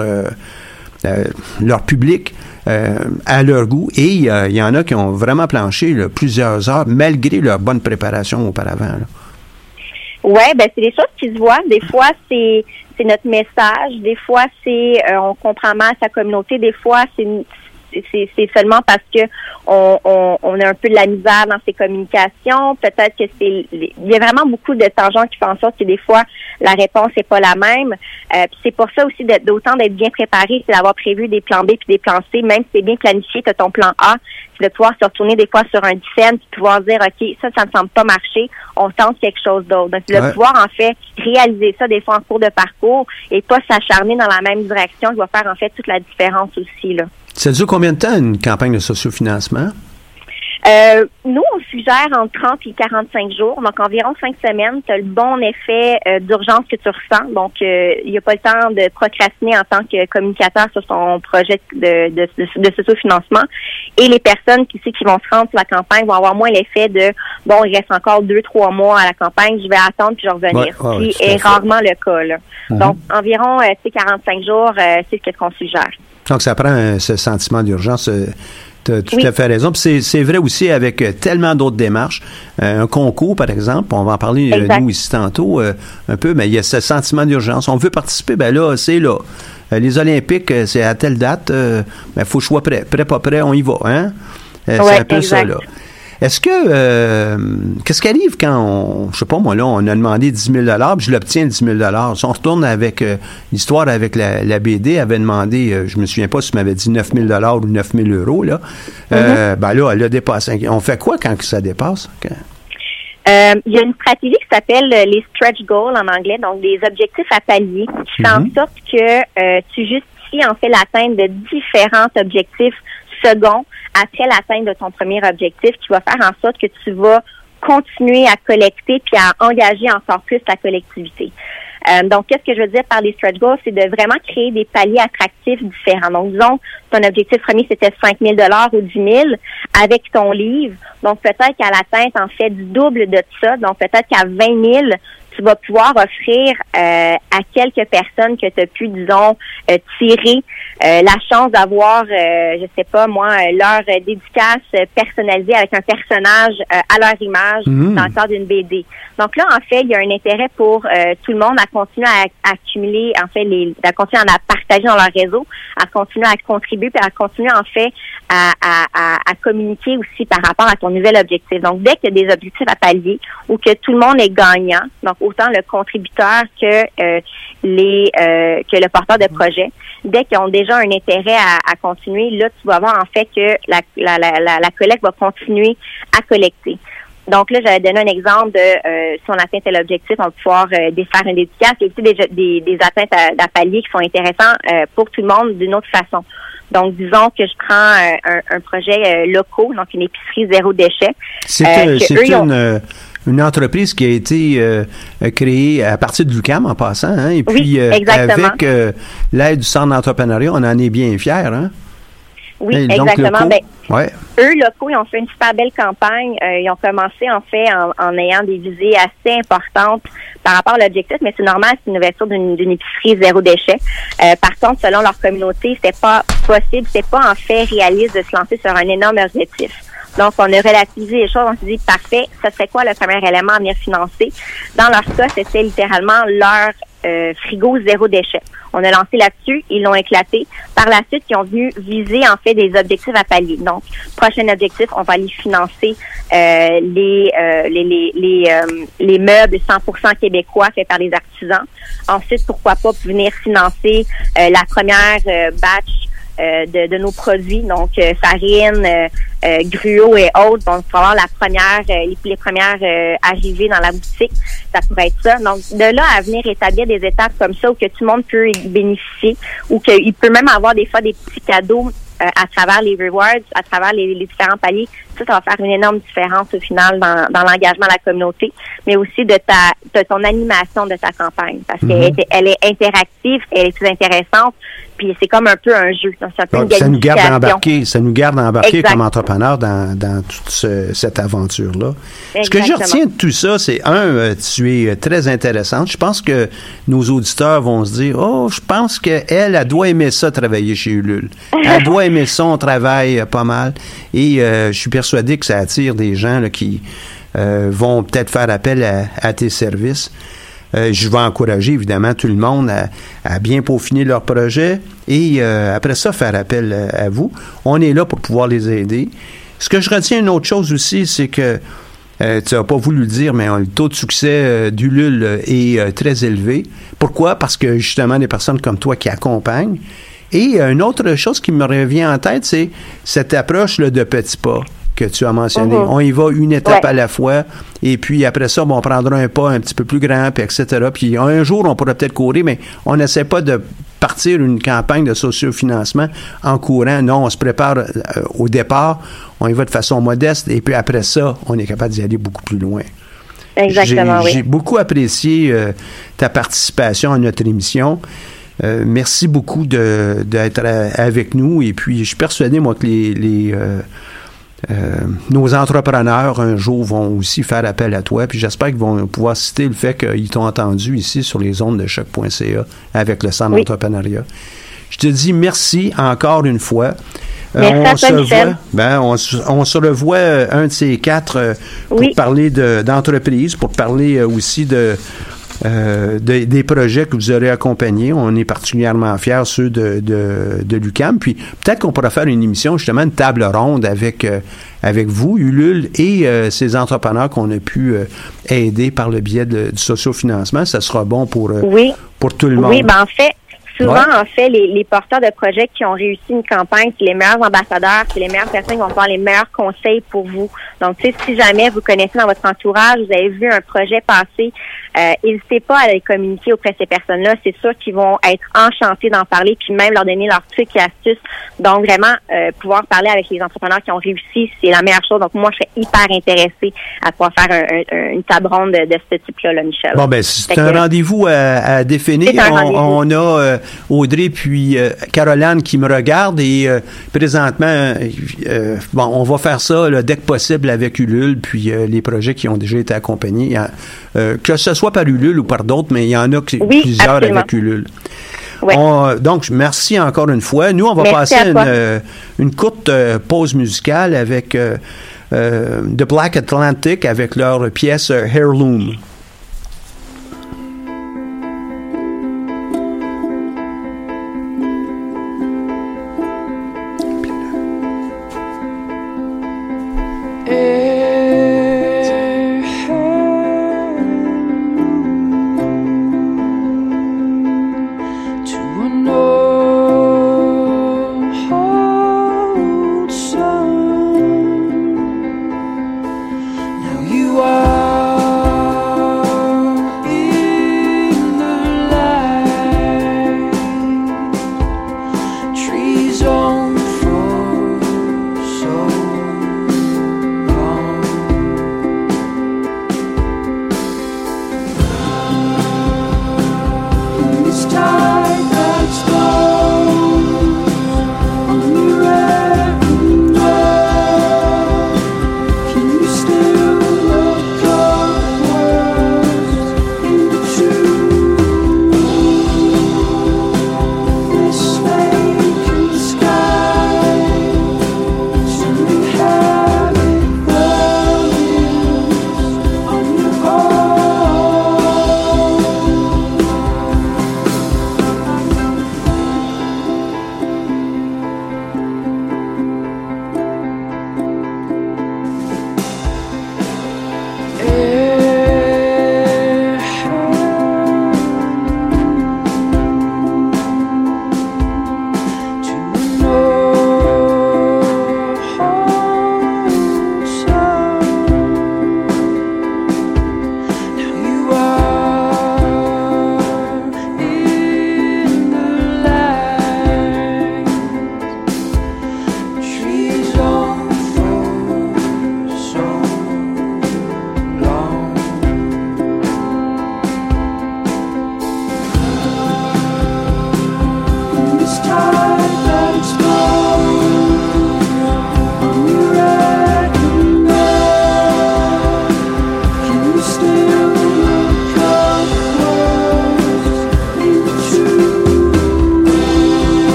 public à leur goût. Et il y en a qui ont vraiment planché plusieurs heures malgré leur bonne préparation auparavant. Oui, c'est des choses qui se voient. Des fois, c'est notre message. Des fois, c'est on comprend mal sa communauté. Des fois, c'est seulement parce que on a un peu de la misère dans ses communications. Peut-être que il y a vraiment beaucoup de tangents qui font en sorte que des fois la réponse n'est pas la même. Puis c'est pour ça aussi d'autant d'être bien préparé, c'est d'avoir prévu des plans B puis des plans C. Même si c'est bien planifié, tu as ton plan A, c'est de pouvoir se retourner des fois sur un dizaine puis pouvoir dire OK, ça ne semble pas marcher, on tente quelque chose d'autre. Donc c'est de pouvoir en fait réaliser ça des fois en cours de parcours et pas s'acharner dans la même direction qui va faire en fait toute la différence aussi là. Ça dure combien de temps, une campagne de sociofinancement? Nous, on suggère entre 30 et 45 jours, donc environ 5 semaines. Tu as le bon effet d'urgence que tu ressens. Donc, il n'y a pas le temps de procrastiner en tant que communicateur sur son projet de sociofinancement. Et les personnes qui vont se rendre sur la campagne vont avoir moins l'effet de « bon, il reste encore 2-3 mois à la campagne, je vais attendre puis je vais revenir ». Qui est rarement le cas. Là. Donc, environ 45 jours, c'est ce qu'on suggère. Donc, ça prend ce sentiment d'urgence. Tu as tout à fait raison. Puis c'est vrai aussi avec tellement d'autres démarches. Un concours, par exemple, on va en parler nous ici tantôt un peu, mais il y a ce sentiment d'urgence. On veut participer, là, c'est là. Les Olympiques, c'est à telle date, faut que je sois prêt. Prêt, pas prêt, on y va. Hein? C'est un peu ça, là. Est-ce que, qu'est-ce qui arrive quand je sais pas moi, là, on a demandé 10 000 $, puis je l'obtiens 10 000 $. Si on retourne avec l'histoire avec la BD, avait demandé, je me souviens pas si tu m'avais dit 9 000 $ ou 9 000 €, là. Là, elle a dépassé. On fait quoi quand ça dépasse? Okay. Il y a une stratégie qui s'appelle les stretch goals en anglais, donc des objectifs à palier, qui fait en sorte que tu justifies en fait l'atteinte de différents objectifs seconds après l'atteinte de ton premier objectif, qui va faire en sorte que tu vas continuer à collecter puis à engager encore plus la collectivité. Donc, qu'est-ce que je veux dire par les stretch goals? C'est de vraiment créer des paliers attractifs différents. Donc, disons, ton objectif premier, c'était 5 000 $ ou 10 000 avec ton livre. Donc, peut-être qu'à l'atteinte, en fait, du double de ça. Donc, peut-être qu'à 20 000, tu vas pouvoir offrir à quelques personnes que tu as pu, disons, tirer la chance d'avoir, je sais pas moi, leur dédicace personnalisée avec un personnage à leur image dans le cadre d'une BD. Donc là, en fait, il y a un intérêt pour tout le monde à continuer à accumuler, en fait, à continuer à partager dans leur réseau, à continuer à contribuer, puis à continuer, en fait, à communiquer aussi par rapport à ton nouvel objectif. Donc, dès qu'il y a des objectifs à pallier ou que tout le monde est gagnant, donc autant le contributeur que le porteur de projet, dès qu'ils ont déjà un intérêt à continuer, là, tu vas voir en fait que la collecte va continuer à collecter. Donc là, j'avais donné un exemple de si on atteint tel objectif, on va pouvoir défaire une dédicace. Il y a aussi des atteintes à palier qui sont intéressantes pour tout le monde d'une autre façon. Donc, disons que je prends un projet locaux, donc une épicerie zéro déchet. C'est une entreprise qui a été créée à partir de l'UQAM en passant, hein? Et puis avec l'aide du Centre d'entrepreneuriat, on en est bien fiers, hein? Oui, et exactement. Eux, locaux, ils ont fait une super belle campagne. Ils ont commencé, en fait, en ayant des visées assez importantes par rapport à l'objectif, mais c'est normal, c'est une ouverture d'une épicerie zéro déchet. Par contre, selon leur communauté, c'était pas possible, c'était pas en fait réaliste de se lancer sur un énorme objectif. Donc, on a relativisé les choses, on s'est dit, parfait, ça serait quoi le premier élément à venir financer? Dans leur cas, c'était littéralement leur frigo zéro déchet. On a lancé là-dessus, ils l'ont éclaté. Par la suite, ils ont venu viser en fait des objectifs à pallier. Donc, prochain objectif, on va aller financer les meubles 100% québécois faits par les artisans. Ensuite, pourquoi pas venir financer la première batch de nos produits, donc farine, gruau et autres. Donc, il faut avoir la première, les premières arrivées dans la boutique. Ça pourrait être ça. Donc, de là à venir établir des étapes comme ça où que tout le monde peut y bénéficier ou qu'il peut même avoir des fois des petits cadeaux à travers les rewards, à travers les différents paliers. Ça va faire une énorme différence au final dans l'engagement de la communauté, mais aussi de ton animation de ta campagne. Parce qu'elle est interactive, elle est plus intéressante, puis c'est comme un peu un jeu. Donc, c'est un peu une gamification. Ça nous garde embarqués comme entrepreneurs dans toute cette aventure-là. Exactement. Ce que je retiens de tout ça, c'est tu es très intéressante. Je pense que nos auditeurs vont se dire, je pense qu'elle doit aimer ça, travailler chez Ulule. Elle doit aimer son travail pas mal. Et je suis persuadé que ça attire des gens là, qui vont peut-être faire appel à tes services. Je vais encourager évidemment tout le monde à bien peaufiner leur projet et après ça, faire appel à vous. On est là pour pouvoir les aider. Ce que je retiens, une autre chose aussi, c'est que tu n'as pas voulu le dire, mais le taux de succès d'Ulule est très élevé. Pourquoi? Parce que justement, des personnes comme toi qui accompagnent. Et une autre chose qui me revient en tête, c'est cette approche là, de petits pas que tu as mentionné. On y va une étape à la fois, et puis après ça, on prendra un pas un petit peu plus grand, puis etc. Puis un jour, on pourra peut-être courir, mais on n'essaie pas de partir une campagne de sociofinancement en courant. Non, on se prépare au départ, on y va de façon modeste, et puis après ça, on est capable d'y aller beaucoup plus loin. Exactement, J'ai beaucoup apprécié ta participation à notre émission. Merci beaucoup d'être avec nous, et puis je suis persuadé, moi, que nos entrepreneurs, un jour, vont aussi faire appel à toi, puis j'espère qu'ils vont pouvoir citer le fait qu'ils t'ont entendu ici sur les ondes de choc.ca avec le Centre d'entrepreneuriat. Je te dis merci encore une fois. Merci à toi, Michel. On se revoit un de ces quatre pour parler d'entreprise, pour parler aussi des projets que vous aurez accompagnés. On est particulièrement fiers, ceux de l'UQAM. Puis peut-être qu'on pourra faire une émission, justement, une table ronde avec vous, Ulule, et ces entrepreneurs qu'on a pu aider par le biais du sociofinancement. Ça sera bon pour tout le monde. Oui, en fait, Souvent, en fait, les porteurs de projets qui ont réussi une campagne, c'est les meilleurs ambassadeurs, c'est les meilleures personnes qui vont faire les meilleurs conseils pour vous. Donc, tu sais, si jamais vous connaissez dans votre entourage, vous avez vu un projet passer, n'hésitez pas à les communiquer auprès de ces personnes-là. C'est sûr qu'ils vont être enchantés d'en parler, puis même leur donner leurs trucs et astuces. Donc, vraiment, pouvoir parler avec les entrepreneurs qui ont réussi, c'est la meilleure chose. Donc, moi, je serais hyper intéressée à pouvoir faire une table ronde de ce type-là, là, Michel. Bon, ben, c'est un rendez-vous à définir. On a Audrey puis Caroline qui me regardent et présentement, on va faire ça là, dès que possible avec Ulule, puis les projets qui ont déjà été accompagnés, que ce soit par Ulule ou par d'autres, mais il y en a plusieurs absolument. Avec Ulule. Ouais. Donc, merci encore une fois. Nous, on va passer une courte pause musicale avec The Black Atlantic avec leur pièce Heirloom. You are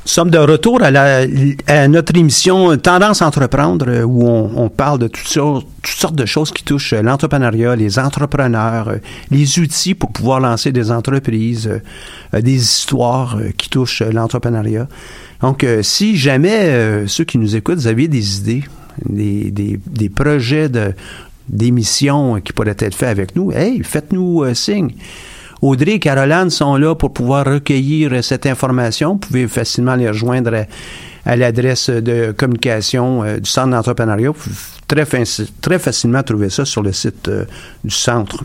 sommes de retour à notre émission Tendance à entreprendre où on parle de toutes sortes de choses qui touchent l'entrepreneuriat, les entrepreneurs, les outils pour pouvoir lancer des entreprises, des histoires qui touchent l'entrepreneuriat. Donc, si jamais ceux qui nous écoutent, vous aviez des idées, des projets d'émissions qui pourraient être faits avec nous, hey, faites-nous signe. Audrey et Caroline sont là pour pouvoir recueillir cette information. Vous pouvez facilement les rejoindre à l'adresse de communication du Centre d'entrepreneuriat. Vous pouvez très facilement trouver ça sur le site du Centre.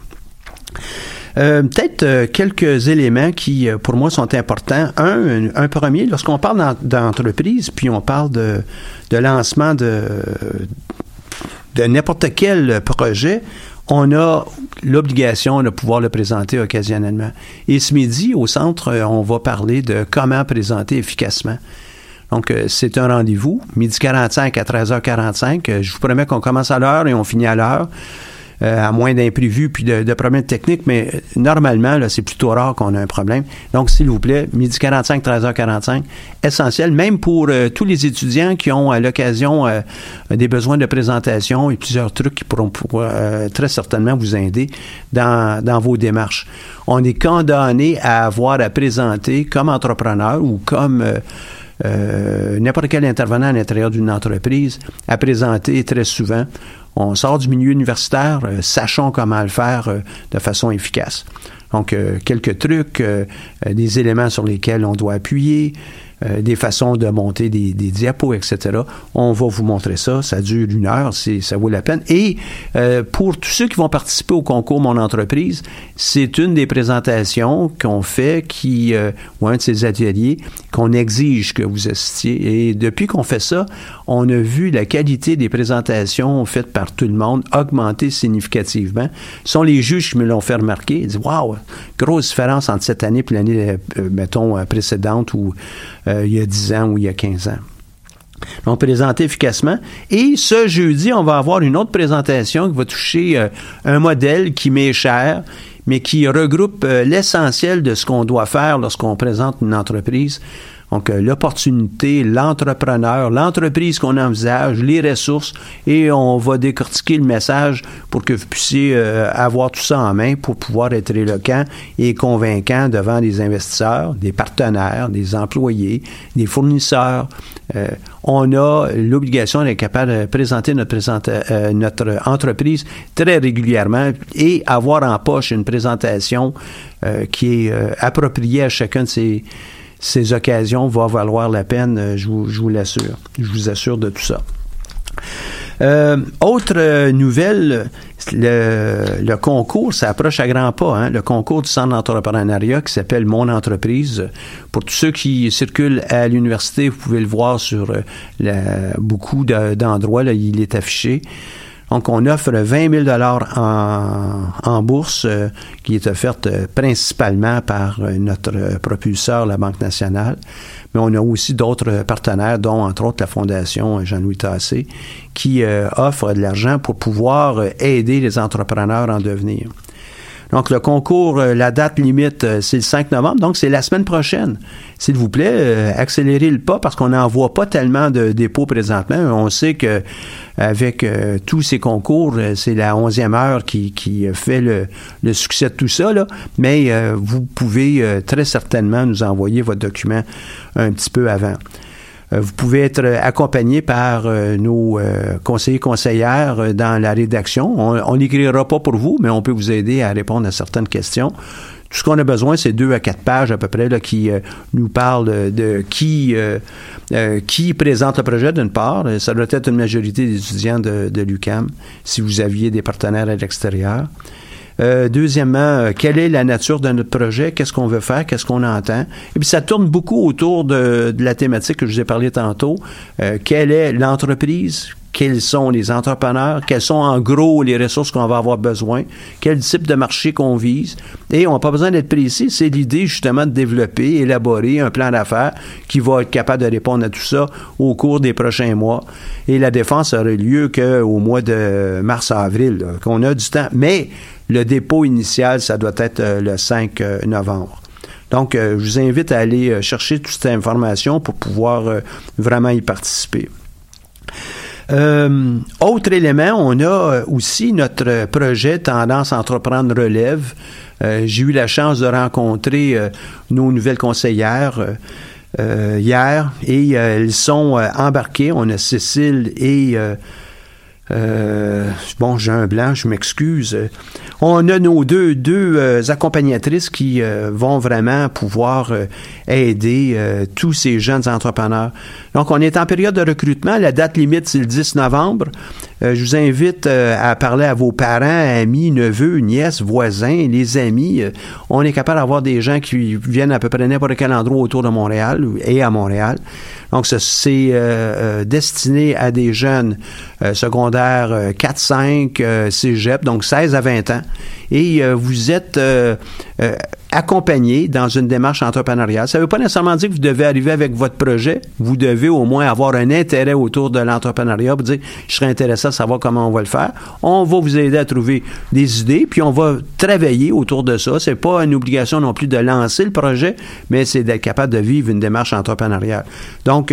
Peut-être quelques éléments qui, pour moi, sont importants. Un premier, lorsqu'on parle d'entreprise, puis on parle de lancement de n'importe quel projet, on a l'obligation de pouvoir le présenter occasionnellement. Et ce midi, au Centre, on va parler de comment présenter efficacement. Donc, c'est un rendez-vous, midi 45 à 13h45. Je vous promets qu'on commence à l'heure et on finit à l'heure. À moins d'imprévus puis de problèmes techniques, mais normalement, là, c'est plutôt rare qu'on a un problème. Donc, s'il vous plaît, midi 45, 13h45, essentiel, même pour tous les étudiants qui ont à l'occasion des besoins de présentation et plusieurs trucs qui pourront très certainement vous aider dans vos démarches. On est condamné à avoir à présenter comme entrepreneur ou comme n'importe quel intervenant à l'intérieur d'une entreprise, à présenter très souvent. On sort du milieu universitaire, sachons comment le faire de façon efficace. Donc, quelques trucs, des éléments sur lesquels on doit appuyer, des façons de monter des diapos, etc. On va vous montrer ça. Ça dure 1 heure, ça vaut la peine. Et pour tous ceux qui vont participer au concours Mon Entreprise, c'est une des présentations qu'on fait ou un de ces ateliers qu'on exige que vous assistiez. Et depuis qu'on fait ça, on a vu la qualité des présentations faites par tout le monde augmenter significativement. Ce sont les juges qui me l'ont fait remarquer. Ils disent « Wow, grosse différence entre cette année et l'année, mettons, précédente ou il y a 10 ans ou il y a 15 ans. » Donc, présenter efficacement. Et ce jeudi, on va avoir une autre présentation qui va toucher un modèle qui m'est cher, mais qui regroupe l'essentiel de ce qu'on doit faire lorsqu'on présente une entreprise. Donc, l'opportunité, l'entrepreneur, l'entreprise qu'on envisage, les ressources, et on va décortiquer le message pour que vous puissiez avoir tout ça en main pour pouvoir être éloquent et convaincant devant des investisseurs, des partenaires, des employés, des fournisseurs. On a l'obligation d'être capable de présenter notre entreprise très régulièrement et avoir en poche une présentation qui est appropriée à chacun de ces occasions va valoir la peine, je vous l'assure. Je vous assure de tout ça. Autre nouvelle, le concours, ça approche à grands pas, hein, le concours du Centre d'entrepreneuriat qui s'appelle Mon Entreprise. Pour tous ceux qui circulent à l'université, vous pouvez le voir sur beaucoup d'endroits, là, il est affiché. Donc, on offre 20 000 $ en bourse qui est offerte principalement par notre propulseur, la Banque nationale. Mais on a aussi d'autres partenaires, dont, entre autres, la Fondation Jean-Louis Tassé, qui offre de l'argent pour pouvoir aider les entrepreneurs en devenir. Donc, le concours, la date limite, c'est le 5 novembre, donc c'est la semaine prochaine. S'il vous plaît, accélérez le pas parce qu'on n'envoie pas tellement de dépôts présentement. On sait que avec tous ces concours, c'est la 11e heure qui fait le succès de tout ça, là. Mais vous pouvez très certainement nous envoyer votre document un petit peu avant. Vous pouvez être accompagné par nos conseillers conseillères dans la rédaction. On n'écrira pas pour vous, mais on peut vous aider à répondre à certaines questions. Tout ce qu'on a besoin, c'est 2 à 4 pages à peu près là, qui nous parlent de qui présente le projet d'une part. Ça doit être une majorité des étudiants de l'UQAM si vous aviez des partenaires à l'extérieur. Deuxièmement, quelle est la nature de notre projet? Qu'est-ce qu'on veut faire? Qu'est-ce qu'on entend? Et puis, ça tourne beaucoup autour de la thématique que je vous ai parlé tantôt. Quelle est l'entreprise? Quels sont les entrepreneurs? Quelles sont en gros les ressources qu'on va avoir besoin? Quel type de marché qu'on vise? Et on n'a pas besoin d'être précis. C'est l'idée justement de développer, élaborer un plan d'affaires qui va être capable de répondre à tout ça au cours des prochains mois. Et la défense aurait lieu qu'au mois de mars-avril, là, qu'on a du temps. Mais le dépôt initial, ça doit être le 5 novembre. Donc, je vous invite à aller chercher toute cette information pour pouvoir vraiment y participer. Autre élément, on a aussi notre projet Tendance Entreprendre Relève. J'ai eu la chance de rencontrer nos nouvelles conseillères hier et elles sont embarquées. On a Cécile et j'ai un blanc, je m'excuse. On a nos deux accompagnatrices qui vont vraiment pouvoir aider tous ces jeunes entrepreneurs. Donc, on est en période de recrutement. La date limite, c'est le 10 novembre. Je vous invite à parler à vos parents, amis, neveux, nièces, voisins, les amis. On est capable d'avoir des gens qui viennent à peu près n'importe quel endroit autour de Montréal et à Montréal. Donc, c'est destiné à des jeunes secondaires 4-5, cégep, donc 16 à 20 ans. Et vous êtes accompagné dans une démarche entrepreneuriale. Ça ne veut pas nécessairement dire que vous devez arriver avec votre projet. Vous devez au moins avoir un intérêt autour de l'entrepreneuriat pour dire « je serais intéressé à savoir comment on va le faire ». On va vous aider à trouver des idées, puis on va travailler autour de ça. C'est pas une obligation non plus de lancer le projet, mais c'est d'être capable de vivre une démarche entrepreneuriale. Donc,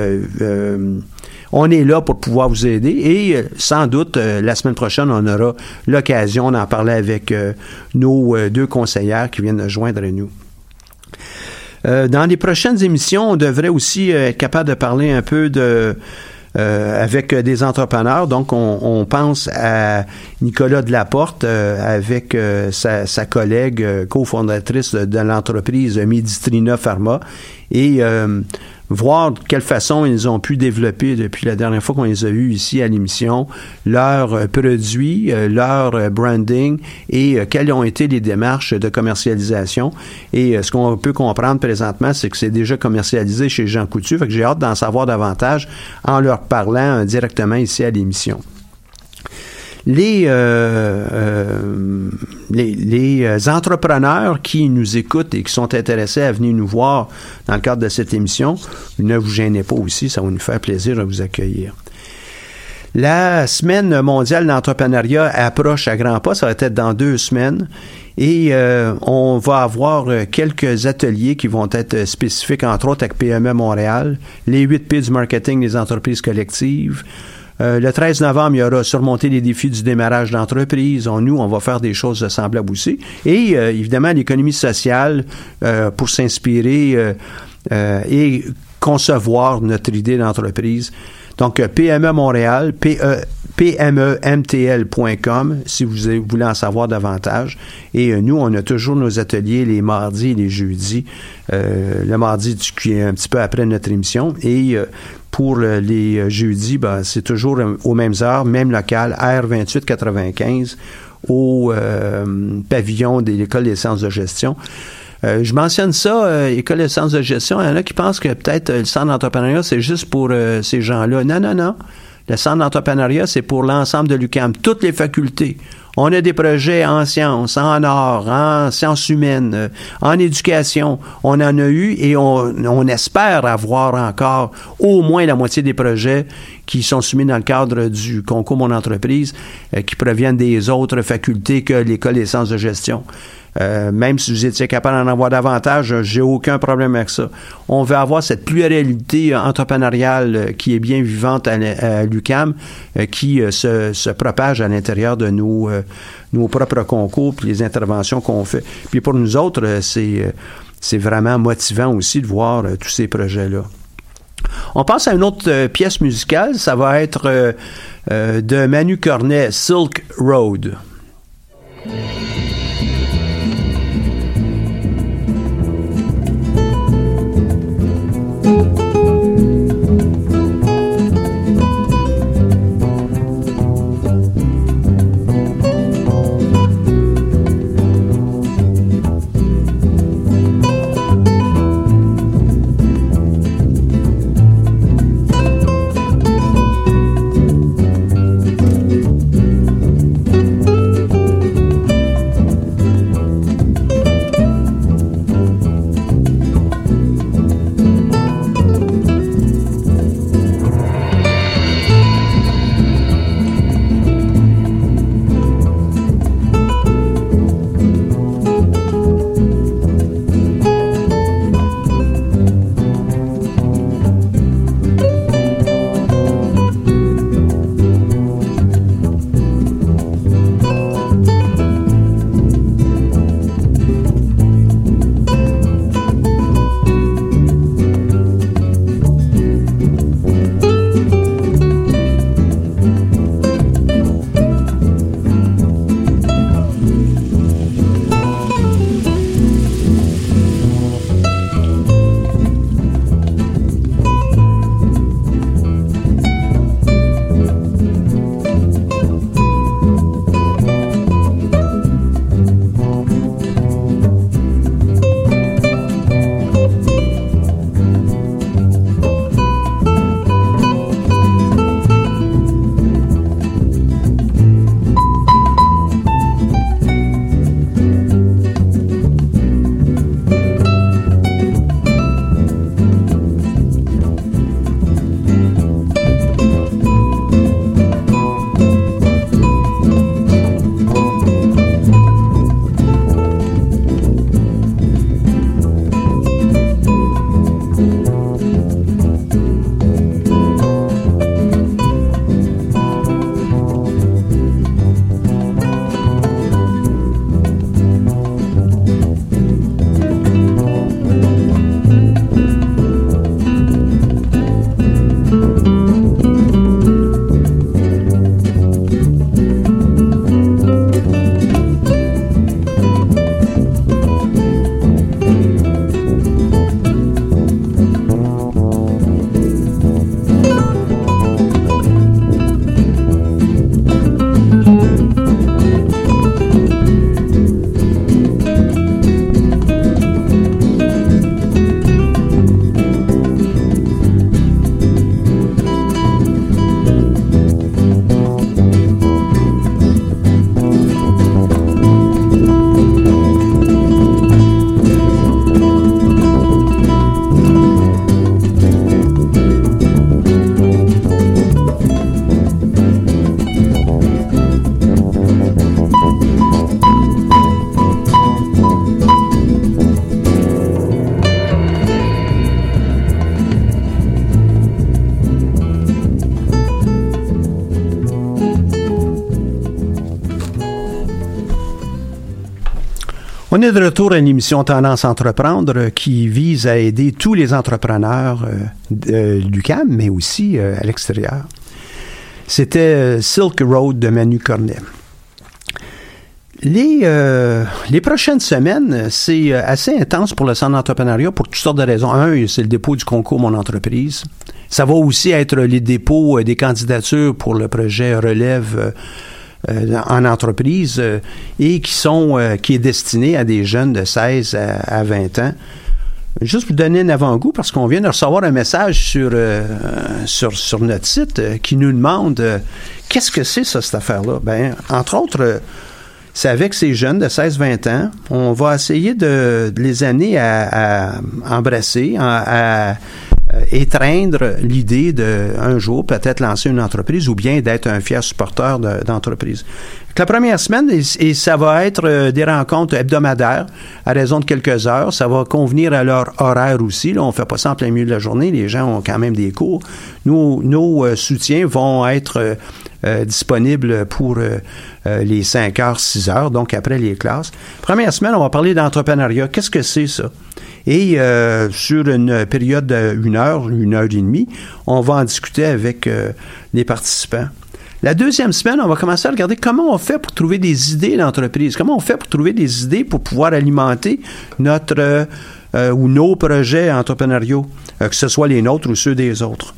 on est là pour pouvoir vous aider et sans doute, la semaine prochaine, on aura l'occasion d'en parler avec nos deux conseillères qui viennent de joindre à nous. Dans les prochaines émissions, on devrait aussi être capable de parler un peu avec des entrepreneurs. Donc, on pense à Nicolas Delaporte avec sa collègue cofondatrice de l'entreprise Medistrina Pharma et voir de quelle façon ils ont pu développer depuis la dernière fois qu'on les a vus ici à l'émission, leurs produits, leur branding et quelles ont été les démarches de commercialisation. Et ce qu'on peut comprendre présentement, c'est que c'est déjà commercialisé chez Jean Coutu. Fait que j'ai hâte d'en savoir davantage en leur parlant directement ici à l'émission. Les entrepreneurs qui nous écoutent et qui sont intéressés à venir nous voir dans le cadre de cette émission, ne vous gênez pas aussi, ça va nous faire plaisir de vous accueillir. La Semaine mondiale d'entrepreneuriat approche à grands pas, ça va être dans 2 semaines. Et on va avoir quelques ateliers qui vont être spécifiques, entre autres avec PME Montréal, les 8 P du marketing des entreprises collectives. Le 13 novembre, il y aura surmonter les défis du démarrage d'entreprise. On va faire des choses semblables aussi. Et évidemment, l'économie sociale pour s'inspirer et concevoir notre idée d'entreprise. Donc, PME Montréal, PMEMTL.com, si vous voulez en savoir davantage. Et nous, on a toujours nos ateliers les mardis et les jeudis. Le mardi, qui est un petit peu après notre émission. Et pour les jeudis, c'est toujours aux mêmes heures, même local, R2895, au pavillon de l'École des sciences de gestion. Je mentionne ça, École des sciences de gestion. Il y en a qui pensent que peut-être le centre d'entrepreneuriat, c'est juste pour ces gens-là. Non. Le centre d'entrepreneuriat, c'est pour l'ensemble de l'UQAM, toutes les facultés. On a des projets en sciences, en arts, en sciences humaines, en éducation. On en a eu et on espère avoir encore au moins la moitié des projets qui sont soumis dans le cadre du concours Mon entreprise qui proviennent des autres facultés que l'École des sciences de gestion. Même si vous étiez capable d'en avoir davantage, j'ai aucun problème avec ça. On veut avoir cette pluralité entrepreneuriale qui est bien vivante à l'UQAM, qui se propage à l'intérieur de nos propres concours puis les interventions qu'on fait. Puis pour nous autres, c'est vraiment motivant aussi de voir tous ces projets-là. On passe à une autre pièce musicale. Ça va être de Manu Cornet, Silk Road. On est de retour à une émission Tendance Entreprendre qui vise à aider tous les entrepreneurs de l'UQAM, mais aussi à l'extérieur. C'était Silk Road de Manu Cornet. Les prochaines semaines, c'est assez intense pour le Centre d'entrepreneuriat pour toutes sortes de raisons. Un, c'est le dépôt du concours Mon entreprise. Ça va aussi être les dépôts des candidatures pour le projet Relève en entreprise et qui est destiné à des jeunes de 16 à 20 ans. Juste vous donner un avant-goût, parce qu'on vient de recevoir un message sur notre site qui nous demande qu'est-ce que c'est ça, cette affaire-là? Bien, entre autres, c'est avec ces jeunes de 16-20 ans, on va essayer de les amener à embrasser, à étreindre l'idée de un jour peut-être lancer une entreprise ou bien d'être un fier supporter d'entreprise. La première semaine, et ça va être des rencontres hebdomadaires à raison de quelques heures. Ça va convenir à leur horaire aussi. Là, on ne fait pas ça en plein milieu de la journée. Les gens ont quand même des cours. Nos soutiens vont être disponibles pour les 5 heures, 6 heures, donc après les classes. Première semaine, on va parler d'entrepreneuriat. Qu'est-ce que c'est ça? Et sur une période d'1 heure, 1 heure et demie, on va en discuter avec les participants. La deuxième semaine, on va commencer à regarder comment on fait pour trouver des idées d'entreprise. Comment on fait pour trouver des idées pour pouvoir alimenter notre ou nos projets entrepreneuriaux, que ce soit les nôtres ou ceux des autres.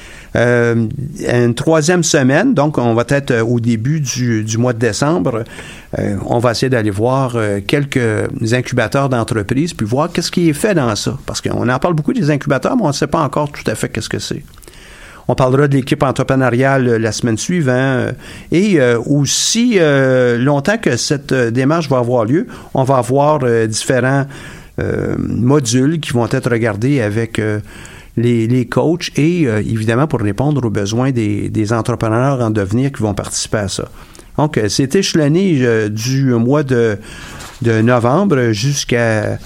Une troisième semaine, donc on va être au début du mois de décembre, on va essayer d'aller voir quelques incubateurs d'entreprises puis voir qu'est-ce qui est fait dans ça. Parce qu'on en parle beaucoup des incubateurs, mais on ne sait pas encore tout à fait qu'est-ce que c'est. On parlera de l'équipe entrepreneuriale la semaine suivante. Et aussi longtemps que cette démarche va avoir lieu, on va avoir différents modules qui vont être regardés avec les coachs et évidemment pour répondre aux besoins des entrepreneurs en devenir qui vont participer à ça. Donc, c'est échelonné du mois de novembre jusqu'à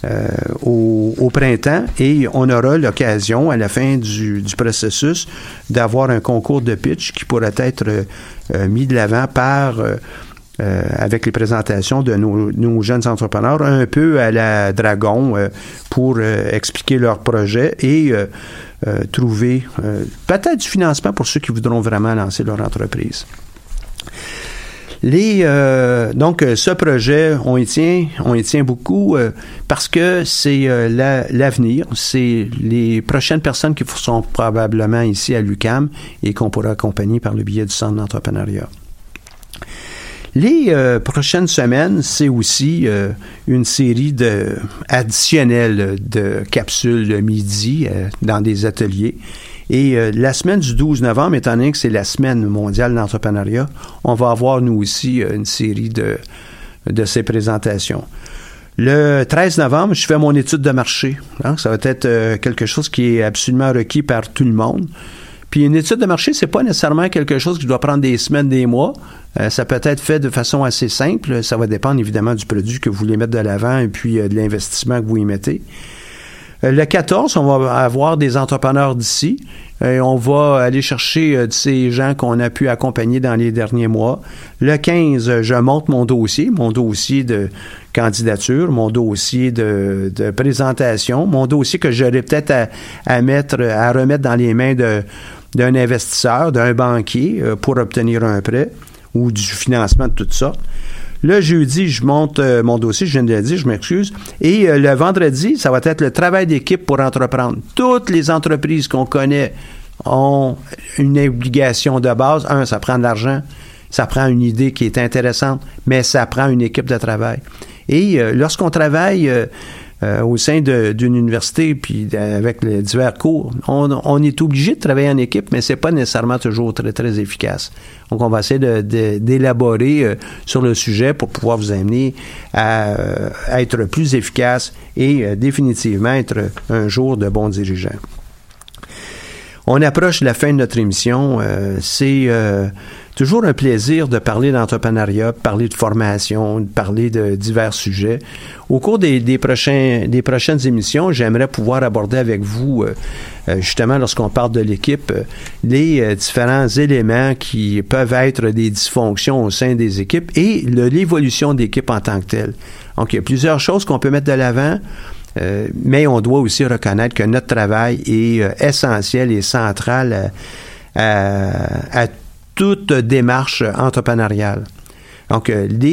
au printemps et on aura l'occasion à la fin du processus d'avoir un concours de pitch qui pourrait être mis de l'avant avec les présentations de nos jeunes entrepreneurs un peu à la Dragon pour expliquer leur projet et trouver peut-être du financement pour ceux qui voudront vraiment lancer leur entreprise. Donc, ce projet, on y tient beaucoup parce que c'est l'avenir, c'est les prochaines personnes qui sont probablement ici à l'UQAM et qu'on pourra accompagner par le biais du Centre d'entrepreneuriat. Les prochaines semaines, c'est aussi une série additionnelle de capsules le midi dans des ateliers. Et la semaine du 12 novembre, étant donné que c'est la semaine mondiale d'entrepreneuriat, on va avoir, nous aussi, une série de ces présentations. Le 13 novembre, je fais mon étude de marché. Hein, ça va être quelque chose qui est absolument requis par tout le monde. Puis une étude de marché, c'est pas nécessairement quelque chose qui doit prendre des semaines, des mois. Ça peut être fait de façon assez simple. Ça va dépendre évidemment du produit que vous voulez mettre de l'avant et puis de l'investissement que vous y mettez. Le 14, on va avoir des entrepreneurs d'ici. On va aller chercher ces gens qu'on a pu accompagner dans les derniers mois. Le 15, je monte mon dossier de candidature, mon dossier de présentation, mon dossier que j'aurais peut-être à remettre dans les mains d'un investisseur, d'un banquier pour obtenir un prêt ou du financement de toutes sortes. Le jeudi, je monte mon dossier, je viens de le dire, je m'excuse. Et le vendredi, ça va être le travail d'équipe pour entreprendre. Toutes les entreprises qu'on connaît ont une obligation de base. Ça prend de l'argent, ça prend une idée qui est intéressante, mais ça prend une équipe de travail. Et lorsqu'on travaille au sein d'une université, puis avec les divers cours, on est obligé de travailler en équipe, mais c'est pas nécessairement toujours très, très efficace. Donc, on va essayer d'élaborer sur le sujet pour pouvoir vous amener à être plus efficace et définitivement être un jour de bons dirigeants. On approche la fin de notre émission. C'est toujours un plaisir de parler d'entrepreneuriat, parler de formation, de parler de divers sujets. Au cours des prochaines émissions, j'aimerais pouvoir aborder avec vous, justement, lorsqu'on parle de l'équipe, les différents éléments qui peuvent être des dysfonctions au sein des équipes et l'évolution d'équipe en tant que telle. Donc, il y a plusieurs choses qu'on peut mettre de l'avant, mais on doit aussi reconnaître que notre travail est essentiel et central à toute démarche entrepreneuriale. Donc,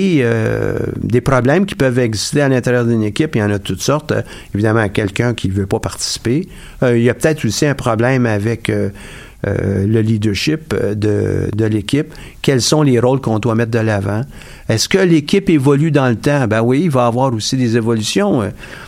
des problèmes qui peuvent exister à l'intérieur d'une équipe, il y en a toutes sortes. Évidemment, quelqu'un qui ne veut pas participer. Il y a peut-être aussi un problème avec le leadership de l'équipe. Quels sont les rôles qu'on doit mettre de l'avant? Est-ce que l'équipe évolue dans le temps? Ben oui, il va y avoir aussi des évolutions.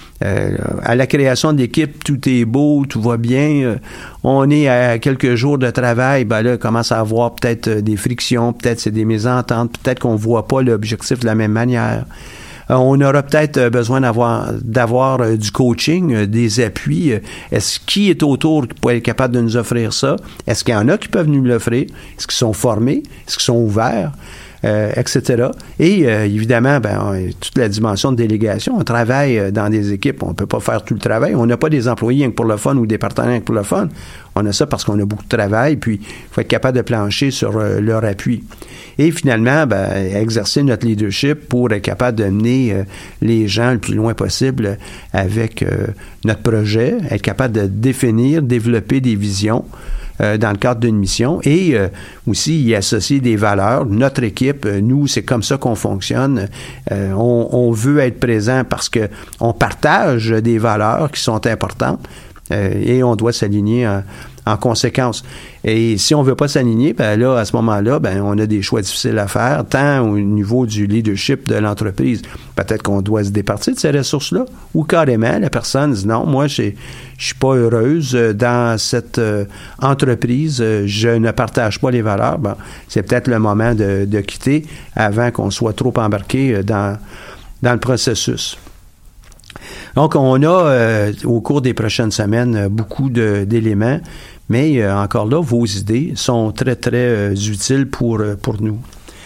À la création de l'équipe, tout est beau, tout va bien. On est à quelques jours de travail, ben là, il commence à avoir peut-être des frictions, peut-être c'est des mésententes, peut-être qu'on ne voit pas l'objectif de la même manière. On aura peut-être besoin d'avoir du coaching, des appuis. Est-ce qui est autour qui peut être capable de nous offrir ça? Est-ce qu'il y en a qui peuvent nous l'offrir? Est-ce qu'ils sont formés? Est-ce qu'ils sont ouverts? Etc. Et évidemment, toute la dimension de délégation. On travaille dans des équipes, on ne peut pas faire tout le travail. On n'a pas des employés rien que pour le fun ou des partenaires rien que pour le fun. On a ça parce qu'on a beaucoup de travail, puis il faut être capable de plancher sur leur appui. Et finalement, exercer notre leadership pour être capable de mener les gens le plus loin possible avec notre projet, être capable de définir, développer des visions dans le cadre d'une mission et aussi y associer des valeurs. Notre équipe, nous, c'est comme ça qu'on fonctionne. On veut être présent parce que on partage des valeurs qui sont importantes et on doit s'aligner en conséquence. Et si on ne veut pas s'aligner, là, à ce moment-là, on a des choix difficiles à faire, tant au niveau du leadership de l'entreprise. Peut-être qu'on doit se départir de ces ressources-là, ou carrément, la personne dit non, moi, je suis pas heureuse dans cette entreprise, je ne partage pas les valeurs. C'est peut-être le moment de quitter avant qu'on soit trop embarqué dans le processus. Donc, on a, au cours des prochaines semaines, beaucoup d'éléments, mais encore là, vos idées sont très, très utiles pour nous.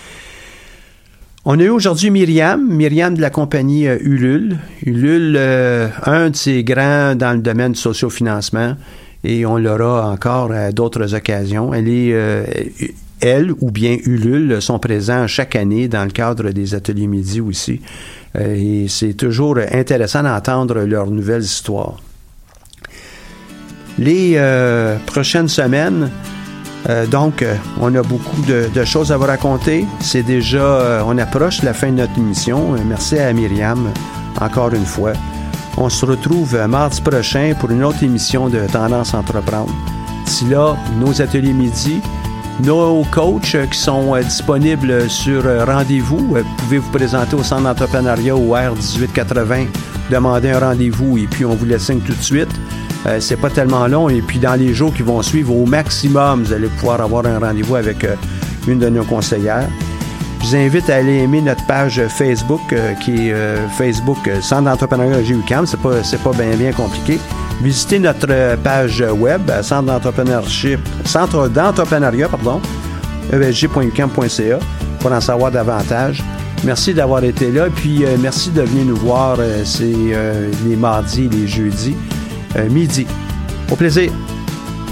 On a eu aujourd'hui Myriam de la compagnie Ulule. Ulule, un de ces grands dans le domaine du sociofinancement, et on l'aura encore à d'autres occasions. Elle ou bien Ulule sont présents chaque année dans le cadre des ateliers midi aussi. Et c'est toujours intéressant d'entendre leurs nouvelles histoires. Les prochaines semaines, on a beaucoup de choses à vous raconter. C'est déjà, on approche la fin de notre émission. Merci à Myriam, encore une fois. On se retrouve mardi prochain pour une autre émission de Tendance Entreprendre. D'ici là, nos ateliers midi, nos coachs qui sont disponibles sur rendez-vous. Vous pouvez vous présenter au Centre d'entrepreneuriat au R1880, demander un rendez-vous et puis on vous l'assigne tout de suite. C'est pas tellement long et puis dans les jours qui vont suivre, au maximum, vous allez pouvoir avoir un rendez-vous avec une de nos conseillères. Je vous invite à aller aimer notre page Facebook qui est Facebook Centre d'entrepreneuriat GUQAM. C'est pas bien compliqué. Visitez notre page web Centre d'entrepreneuriat, ESG.uqam.ca pour en savoir davantage. Merci d'avoir été là, puis merci de venir nous voir, c'est les mardis et les jeudis, midi. Au plaisir!